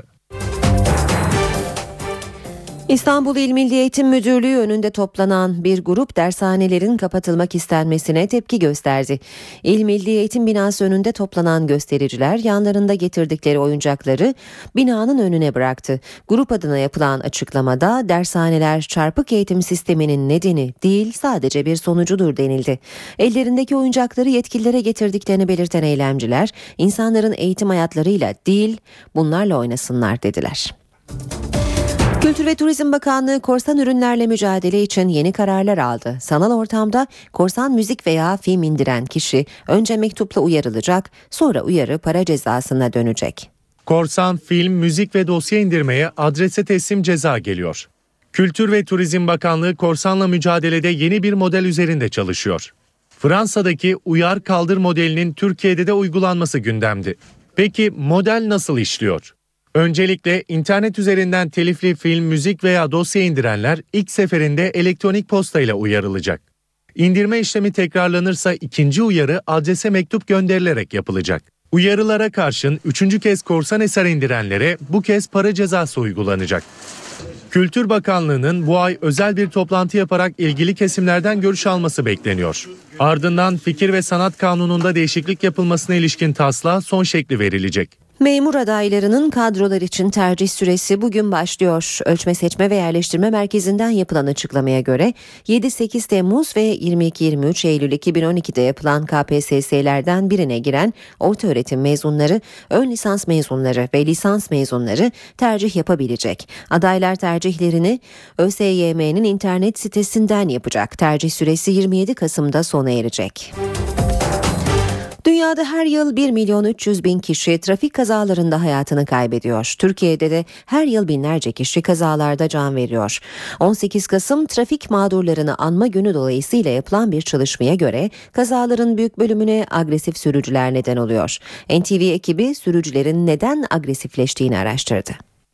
İstanbul İl Milli Eğitim Müdürlüğü önünde toplanan bir grup dershanelerin kapatılmak istenmesine tepki gösterdi. İl Milli Eğitim binası önünde toplanan göstericiler yanlarında getirdikleri oyuncakları binanın önüne bıraktı. Grup adına yapılan açıklamada dershaneler çarpık eğitim sisteminin nedeni değil sadece bir sonucudur denildi. Ellerindeki oyuncakları yetkililere getirdiklerini belirten eylemciler insanların eğitim hayatlarıyla değil bunlarla oynasınlar dediler. Kültür ve Turizm Bakanlığı korsan ürünlerle mücadele için yeni kararlar aldı. Sanal ortamda korsan müzik veya film indiren kişi önce mektupla uyarılacak, sonra uyarı para cezasına dönecek. Korsan film, müzik ve dosya indirmeye adrese teslim ceza geliyor. Kültür ve Turizm Bakanlığı korsanla mücadelede yeni bir model üzerinde çalışıyor. Fransa'daki uyar kaldır modelinin Türkiye'de de uygulanması gündemde. Peki model nasıl işliyor? Öncelikle internet üzerinden telifli film, müzik veya dosya indirenler ilk seferinde elektronik posta ile uyarılacak. İndirme işlemi tekrarlanırsa ikinci uyarı adrese mektup gönderilerek yapılacak. Uyarılara karşın 3. kez korsan eser indirenlere bu kez para cezası uygulanacak. Kültür Bakanlığı'nın bu ay özel bir toplantı yaparak ilgili kesimlerden görüş alması bekleniyor. Ardından Fikir ve Sanat Kanunu'nda değişiklik yapılmasına ilişkin taslağa son şekli verilecek. Memur adaylarının kadrolar için tercih süresi bugün başlıyor. Ölçme Seçme ve Yerleştirme Merkezi'nden yapılan açıklamaya göre 7-8 Temmuz ve 22-23 Eylül 2012'de yapılan KPSS'lerden birine giren ortaöğretim mezunları, ön lisans mezunları ve lisans mezunları tercih yapabilecek. Adaylar tercihlerini ÖSYM'nin internet sitesinden yapacak. Tercih süresi 27 Kasım'da sona erecek. Dünyada her yıl 1.300.000 kişi trafik kazalarında hayatını kaybediyor. Türkiye'de de her yıl binlerce kişi kazalarda can veriyor. 18 Kasım Trafik Mağdurlarını Anma Günü dolayısıyla yapılan bir çalışmaya göre kazaların büyük bölümüne agresif sürücüler neden oluyor. NTV ekibi sürücülerin neden agresifleştiğini araştırdı.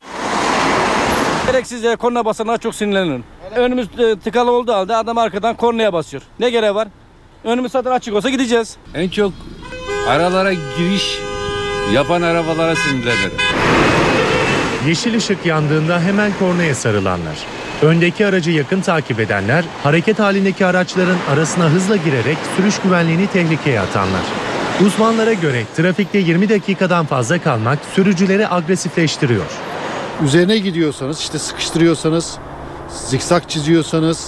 Gereksiz yere korna basana çok sinirlenirim. Önümüz tıkalı olduğu halde adam arkadan kornaya basıyor. Ne gereği var? Önümüz zaten açık olsa gideceğiz. En çok aralara giriş yapan arabalara sinirlenirim. Yeşil ışık yandığında hemen kornaya sarılanlar. Öndeki aracı yakın takip edenler, hareket halindeki araçların arasına hızla girerek sürüş güvenliğini tehlikeye atanlar. Uzmanlara göre trafikte 20 dakikadan fazla kalmak sürücüleri agresifleştiriyor. Üzerine gidiyorsanız, işte sıkıştırıyorsanız, zikzak çiziyorsanız,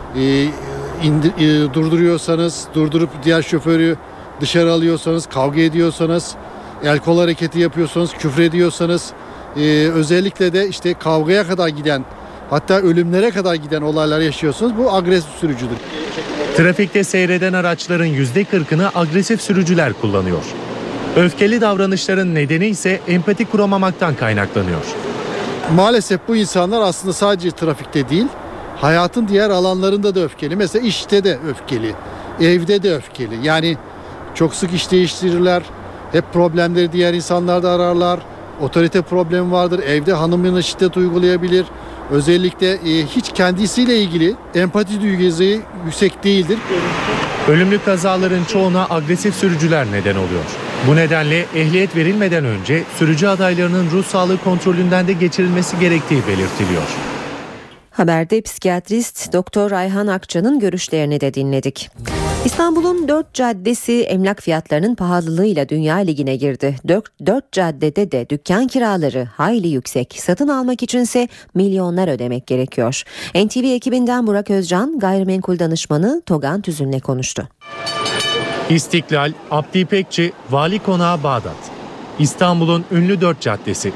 durduruyorsanız, durdurup diğer şoförü dışarı alıyorsanız, kavga ediyorsanız, el kol hareketi yapıyorsanız, küfrediyorsanız, özellikle de işte kavgaya kadar giden, hatta ölümlere kadar giden olaylar yaşıyorsanız bu agresif sürücüdür. Trafikte seyreden araçların %40'ını agresif sürücüler kullanıyor. Öfkeli davranışların nedeni ise empati kuramamaktan kaynaklanıyor. Maalesef bu insanlar aslında sadece trafikte değil, hayatın diğer alanlarında da öfkeli. Mesela işte de öfkeli, evde de öfkeli. Yani çok sık iş değiştirirler, hep problemleri diğer insanlarda ararlar. Otorite problemi vardır, evde hanımına şiddet uygulayabilir. Özellikle hiç kendisiyle ilgili empati duygusu yüksek değildir. Ölümlü kazaların çoğuna agresif sürücüler neden oluyor. Bu nedenle ehliyet verilmeden önce sürücü adaylarının ruh sağlığı kontrolünden de geçirilmesi gerektiği belirtiliyor. Haberde psikiyatrist Doktor Ayhan Akça'nın görüşlerini de dinledik. İstanbul'un 4 caddesi emlak fiyatlarının pahalılığıyla Dünya Ligi'ne girdi. 4 caddede de dükkan kiraları hayli yüksek. Satın almak içinse milyonlar ödemek gerekiyor. NTV ekibinden Burak Özcan, gayrimenkul danışmanı Togan Tüzün'le konuştu. İstiklal, Abdi İpekçi, Vali Konağı Bağdat. İstanbul'un ünlü 4 caddesi.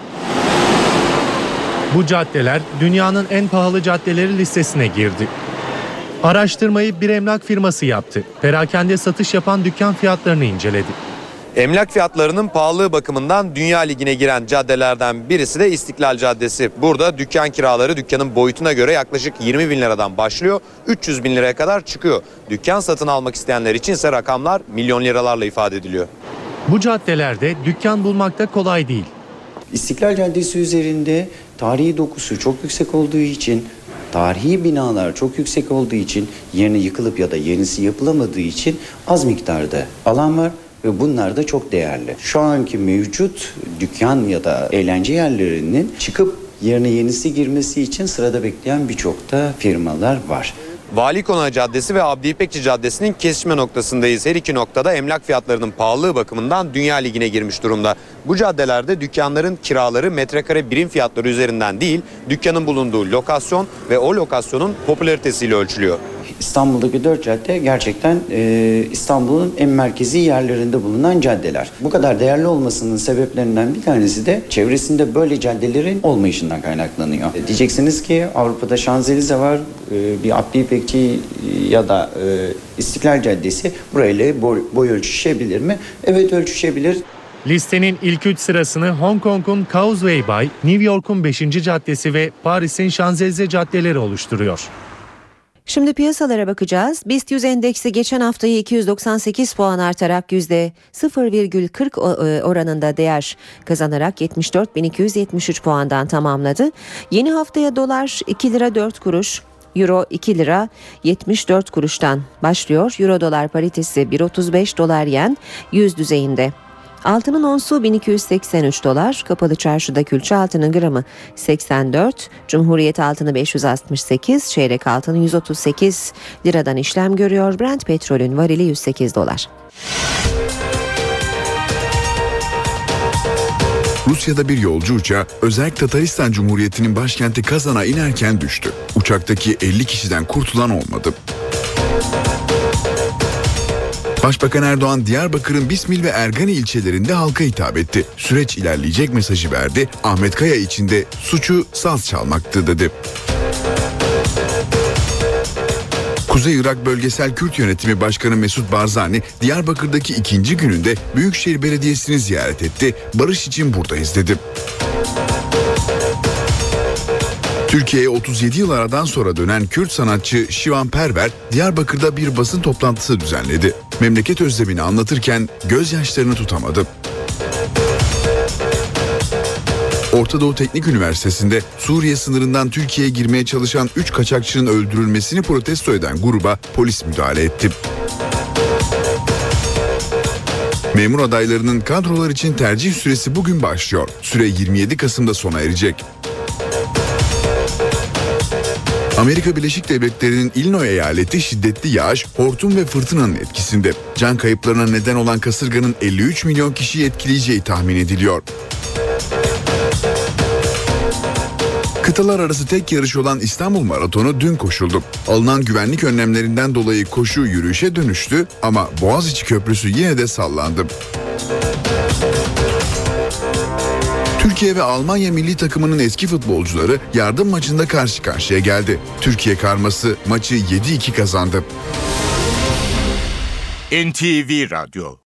Bu caddeler dünyanın en pahalı caddeleri listesine girdi. Araştırmayı bir emlak firması yaptı. Perakende satış yapan dükkan fiyatlarını inceledi. Emlak fiyatlarının pahalılığı bakımından Dünya Ligi'ne giren caddelerden birisi de İstiklal Caddesi. Burada dükkan kiraları dükkanın boyutuna göre yaklaşık 20 bin liradan başlıyor, 300 bin liraya kadar çıkıyor. Dükkan satın almak isteyenler içinse rakamlar milyon liralarla ifade ediliyor. Bu caddelerde dükkan bulmak da kolay değil. İstiklal Caddesi üzerinde tarihi dokusu çok yüksek olduğu için, tarihi binalar çok yüksek olduğu için, yerine yıkılıp ya da yenisi yapılamadığı için az miktarda alan var ve bunlar da çok değerli. Şu anki mevcut dükkan ya da eğlence yerlerinin çıkıp yerine yenisi girmesi için sırada bekleyen birçok da firmalar var. Vali Konağı Caddesi ve Abdi İpekçi Caddesi'nin kesişme noktasındayız. Her iki noktada emlak fiyatlarının pahalılığı bakımından Dünya Ligi'ne girmiş durumda. Bu caddelerde dükkanların kiraları metrekare birim fiyatları üzerinden değil, dükkanın bulunduğu lokasyon ve o lokasyonun popülaritesiyle ölçülüyor. İstanbul'daki 4 cadde gerçekten İstanbul'un en merkezi yerlerinde bulunan caddeler. Bu kadar değerli olmasının sebeplerinden bir tanesi de çevresinde böyle caddelerin olmayışından kaynaklanıyor. Diyeceksiniz ki Avrupa'da Şanzelize var, bir Abdi İpekçi ya da İstiklal Caddesi burayla boy ölçüşebilir mi? Evet, ölçüşebilir. Listenin ilk 3 sırasını Hong Kong'un Causeway Bay, New York'un 5. Caddesi ve Paris'in Şanzelize caddeleri oluşturuyor. Şimdi piyasalara bakacağız. BIST 100 endeksi geçen haftayı 298 puan artarak %0,40 oranında değer kazanarak 74.273 puandan tamamladı. Yeni haftaya dolar 2 lira 4 kuruş, euro 2 lira 74 kuruştan başlıyor. Euro dolar paritesi 1.35, dolar yen 100 düzeyinde. Altının onsu 1283 dolar, kapalı çarşıda külçe altının gramı 84, Cumhuriyet altını 568, çeyrek altını 138 liradan işlem görüyor. Brent petrolün varili 108 dolar. Rusya'da bir yolcu uçağı Özerk Tataristan Cumhuriyeti'nin başkenti Kazan'a inerken düştü. Uçaktaki 50 kişiden kurtulan olmadı. Başbakan Erdoğan Diyarbakır'ın Bismil ve Ergani ilçelerinde halka hitap etti. Süreç ilerleyecek mesajı verdi. Ahmet Kaya için de suçu saz çalmaktı dedi. Kuzey Irak Bölgesel Kürt Yönetimi Başkanı Mesut Barzani, Diyarbakır'daki ikinci gününde Büyükşehir Belediyesi'ni ziyaret etti. Barış için buradayız dedi. Türkiye'ye 37 yıl aradan sonra dönen Kürt sanatçı Şivan Perver, Diyarbakır'da bir basın toplantısı düzenledi. Memleket özlemini anlatırken gözyaşlarını tutamadı. Orta Doğu Teknik Üniversitesi'nde Suriye sınırından Türkiye'ye girmeye çalışan 3 kaçakçının öldürülmesini protesto eden gruba polis müdahale etti. Memur adaylarının kadrolar için tercih süresi bugün başlıyor. Süre 27 Kasım'da sona erecek. Amerika Birleşik Devletleri'nin Illinois eyaleti şiddetli yağış, hortum ve fırtınanın etkisinde. Can kayıplarına neden olan kasırganın 53 milyon kişiyi etkileyeceği tahmin ediliyor. Kıtalar arası tek yarış olan İstanbul Maratonu dün koşuldu. Alınan güvenlik önlemlerinden dolayı koşu yürüyüşe dönüştü ama Boğaziçi Köprüsü yine de sallandı. Türkiye ve Almanya milli takımının eski futbolcuları yardım maçında karşı karşıya geldi. Türkiye karması maçı 7-2 kazandı. NTV Radyo